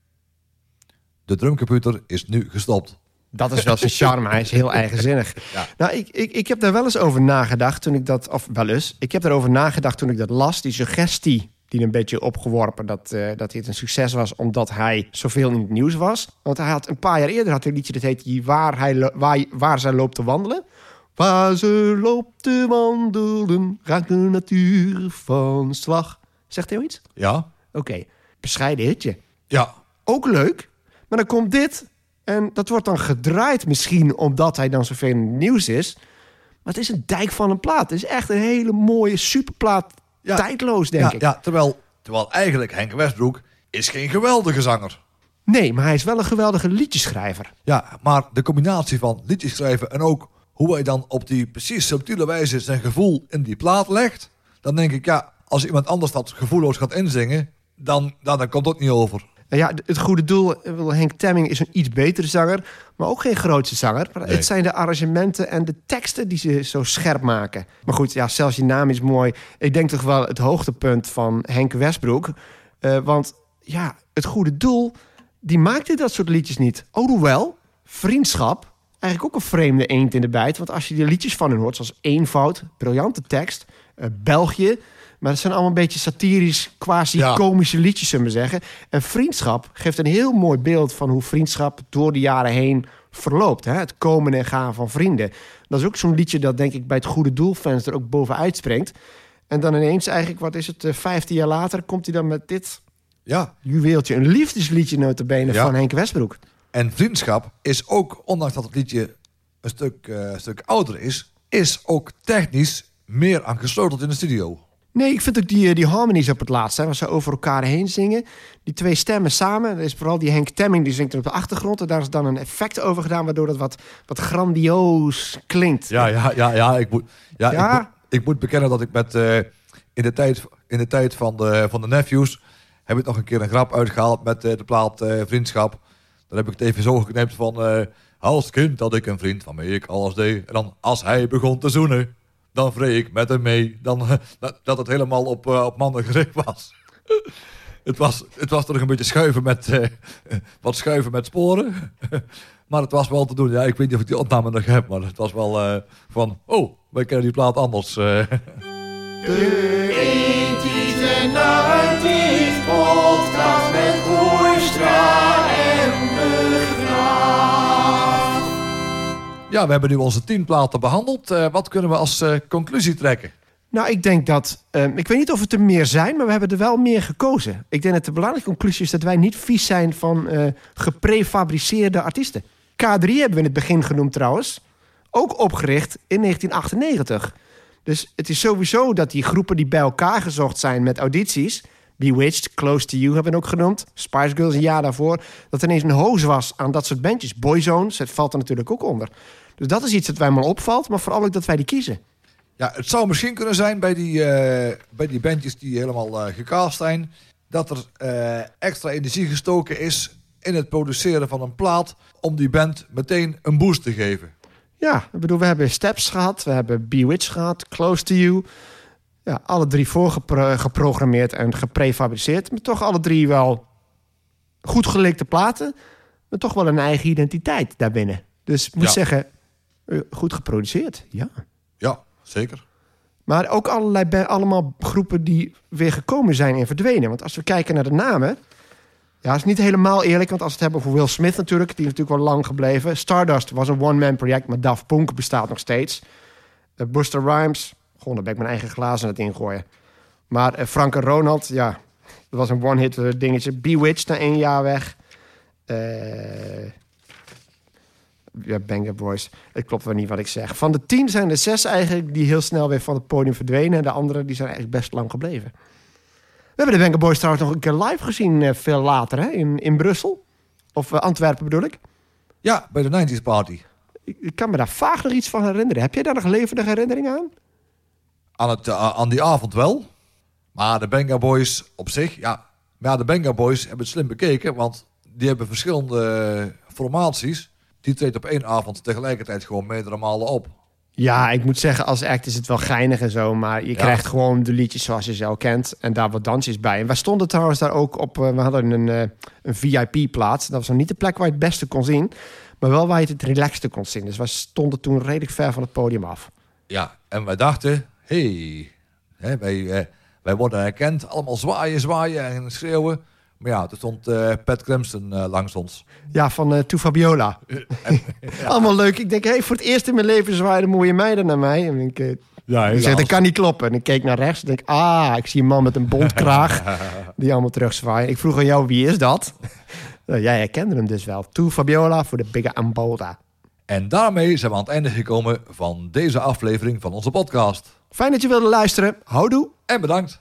De drumcomputer is nu gestopt.
Dat is wel zijn charme. Hij is heel eigenzinnig.
Ja.
Nou, ik, ik, ik heb daar wel eens over nagedacht toen ik dat... Of wel eens. Ik heb daarover nagedacht toen ik dat las. Die suggestie die een beetje opgeworpen... dat, uh, dat dit een succes was omdat hij zoveel in het nieuws was. Want hij had een paar jaar eerder had hij een liedje... dat heet waar, hij lo- waar, waar zij loopt te wandelen. Waar ze loopt te wandelen... raakt de natuur van slag. Zegt hij iets?
Ja.
Oké. Okay. Bescheiden hitje.
Ja.
Ook leuk. Maar dan komt dit... En dat wordt dan gedraaid misschien omdat hij dan zoveel in het nieuws is. Maar het is een dijk van een plaat. Het is echt een hele mooie superplaat. Ja. Tijdloos, denk
ja,
ik.
Ja, terwijl, terwijl eigenlijk Henk Westbroek is geen geweldige zanger.
Nee, maar hij is wel een geweldige liedjeschrijver.
Ja, maar de combinatie van liedjes schrijven en ook hoe hij dan op die precies subtiele wijze zijn gevoel in die plaat legt. Dan denk ik, ja, als iemand anders dat gevoelloos gaat inzingen, dan, dan, dan komt dat niet over.
Ja, het goede doel, Henk Temming is een iets betere zanger... maar ook geen grootste zanger. Maar
nee.
Het zijn de arrangementen en de teksten die ze zo scherp maken. Maar goed, ja, zelfs je naam is mooi. Ik denk toch wel het hoogtepunt van Henk Westbroek. Uh, want ja, het goede doel, die maakte dat soort liedjes niet. Alhoewel, Vriendschap, eigenlijk ook een vreemde eend in de bijt. Want als je die liedjes van hen hoort, zoals Eenvoud, briljante tekst... Uh, België... Maar het zijn allemaal een beetje satirisch, quasi-komische ja. liedjes, zullen we zeggen. En Vriendschap geeft een heel mooi beeld van hoe vriendschap door de jaren heen verloopt. Hè? Het komen en gaan van vrienden. Dat is ook zo'n liedje dat, denk ik, bij het goede doelfans er ook bovenuit springt. En dan ineens eigenlijk, wat is het, vijftien jaar later... komt hij dan met dit
ja.
juweeltje. Een liefdesliedje notabene
ja.
van Henk Westbroek.
En Vriendschap is ook, ondanks dat het liedje een stuk, uh, een stuk ouder is... is ook technisch meer aan gesleuteld in de studio.
Nee, ik vind ook die, die harmonies op het laatst, hè, waar ze over elkaar heen zingen. Die twee stemmen samen. Er is vooral die Henk Temming, die zingt er op de achtergrond. En daar is dan een effect over gedaan, waardoor dat wat, wat grandioos klinkt.
Ja, ja, ja, ja. Ik moet, ja,
ja?
Ik, moet, ik moet bekennen dat ik met uh, in de tijd, in de tijd van, de, van de Nephews... heb ik nog een keer een grap uitgehaald met uh, de plaat uh, Vriendschap. Dan heb ik het even zo geknipt van... Uh, als kind had ik een vriend van mij ik alles deed. En dan als hij begon te zoenen... dan vreeg ik met hem mee dan, uh, dat, dat het helemaal op, uh, op mannen gericht was. het was. Het was toch een beetje schuiven met, uh, wat schuiven met sporen. Maar het was wel te doen. Ja, ik weet niet of ik die opname nog heb, maar het was wel uh, van... Oh, wij kennen die plaat anders. Uh.
De ethisch en nineties podcast met Kooistra en De Graaf.
Ja, we hebben nu onze tien platen behandeld. Uh, wat kunnen we als uh, conclusie trekken?
Nou, ik denk dat... Um, ik weet niet of het er meer zijn, maar we hebben er wel meer gekozen. Ik denk dat de belangrijke conclusie is dat wij niet vies zijn van uh, geprefabriceerde artiesten. K drie hebben we in het begin genoemd trouwens. Ook opgericht in negentien achtennegentig. Dus het is sowieso dat die groepen die bij elkaar gezocht zijn met audities... Bewitched, Close to You hebben we ook genoemd. Spice Girls een jaar daarvoor. Dat er ineens een hoos was aan dat soort bandjes. Boyzone, het valt er natuurlijk ook onder. Dus dat is iets dat wij maar opvalt, maar vooral ook dat wij die kiezen.
Ja, het zou misschien kunnen zijn bij die, uh, bij die bandjes die helemaal uh, gecast zijn... dat er uh, extra energie gestoken is in het produceren van een plaat... om die band meteen een boost te geven.
Ja, ik bedoel, we hebben Steps gehad, we hebben Bewitched gehad, Close to You... Ja, alle drie voorgeprogrammeerd en geprefabriceerd. Maar toch alle drie wel goed gelikte platen. Maar toch wel een eigen identiteit daarbinnen. Dus ik moet
ja.
zeggen, goed geproduceerd. Ja.
Ja, zeker.
Maar ook allerlei, allemaal groepen die weer gekomen zijn en verdwenen. Want als we kijken naar de namen... Ja, dat is niet helemaal eerlijk. Want als we het hebben over Will Smith natuurlijk... die is natuurlijk wel lang gebleven. Stardust was een one-man project, maar Daft Punk bestaat nog steeds. Uh, Busta Rhymes... Gewoon, dan ben ik mijn eigen glazen aan het ingooien. Maar uh, Frank en Ronald, ja, dat was een one-hit uh, dingetje. Bewitched na één jaar weg. Uh, ja, Banger Boys. Het klopt wel niet wat ik zeg. Van de tien zijn er zes eigenlijk die heel snel weer van het podium verdwenen. En de anderen die zijn eigenlijk best lang gebleven. We hebben de Banger Boys trouwens nog een keer live gezien uh, veel later, hè? In, in Brussel. Of uh, Antwerpen bedoel ik.
Ja, bij de nineties party.
Ik, ik kan me daar vaag nog iets van herinneren. Heb jij daar nog levendige herinneringen aan?
Aan, het, uh, aan die avond wel. Maar de Benga Boys op zich, ja. Maar ja, de Benga Boys hebben het slim bekeken. Want die hebben verschillende formaties. Die treedt op één avond tegelijkertijd gewoon meerdere malen op.
Ja, ik moet zeggen, als act is het wel geinig en zo. Maar je
Ja.
krijgt gewoon de liedjes zoals je ze al kent. En daar wat dansjes bij. En wij stonden trouwens daar ook op... Uh, we hadden een, uh, een V I P-plaats. Dat was nog niet de plek waar je het beste kon zien. Maar wel waar je het het relaxte kon zien. Dus wij stonden toen redelijk ver van het podium af.
Ja, en wij dachten, hey, hè, wij, eh, wij worden herkend. Allemaal zwaaien, zwaaien en schreeuwen. Maar ja, er stond uh, Pat Crimson uh, langs ons.
Ja, van uh, To Fabiola. ja. Allemaal leuk. Ik denk, hey, voor het eerst in mijn leven zwaaien de mooie meiden naar mij. En ik, uh,
Ja,
ik zeg, dat kan niet kloppen. En ik keek naar rechts en denk, ah, ik zie een man met een bontkraag die allemaal terug zwaaien. Ik vroeg aan jou, wie is dat? uh, jij herkende hem dus wel. To Fabiola voor de Bigger Amboda.
En daarmee zijn we aan het einde gekomen van deze aflevering van onze podcast.
Fijn dat je wilde luisteren. Houdoe.
En bedankt.